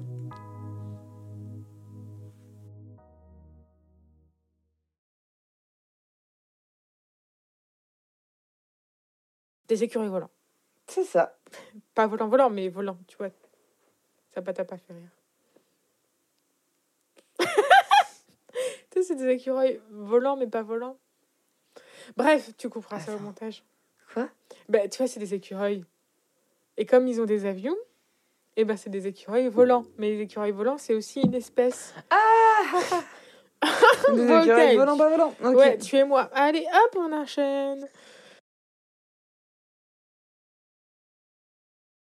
Des écureuils volants. C'est ça. Pas volant, volant, mais volant, tu vois. Ça t'a pas fait rire. Tu sais, c'est des écureuils volants, mais pas volants. Bref, tu couperas ça au Attends. montage. Quoi? Ben, tu vois, c'est des écureuils. Et comme ils ont des avions, et ben, c'est des écureuils volants. Mais les écureuils volants, c'est aussi une espèce. Ah Des Bon, écureuils ok. volants, pas volants. Ok. Ouais, tu et moi. Allez, hop, on enchaîne.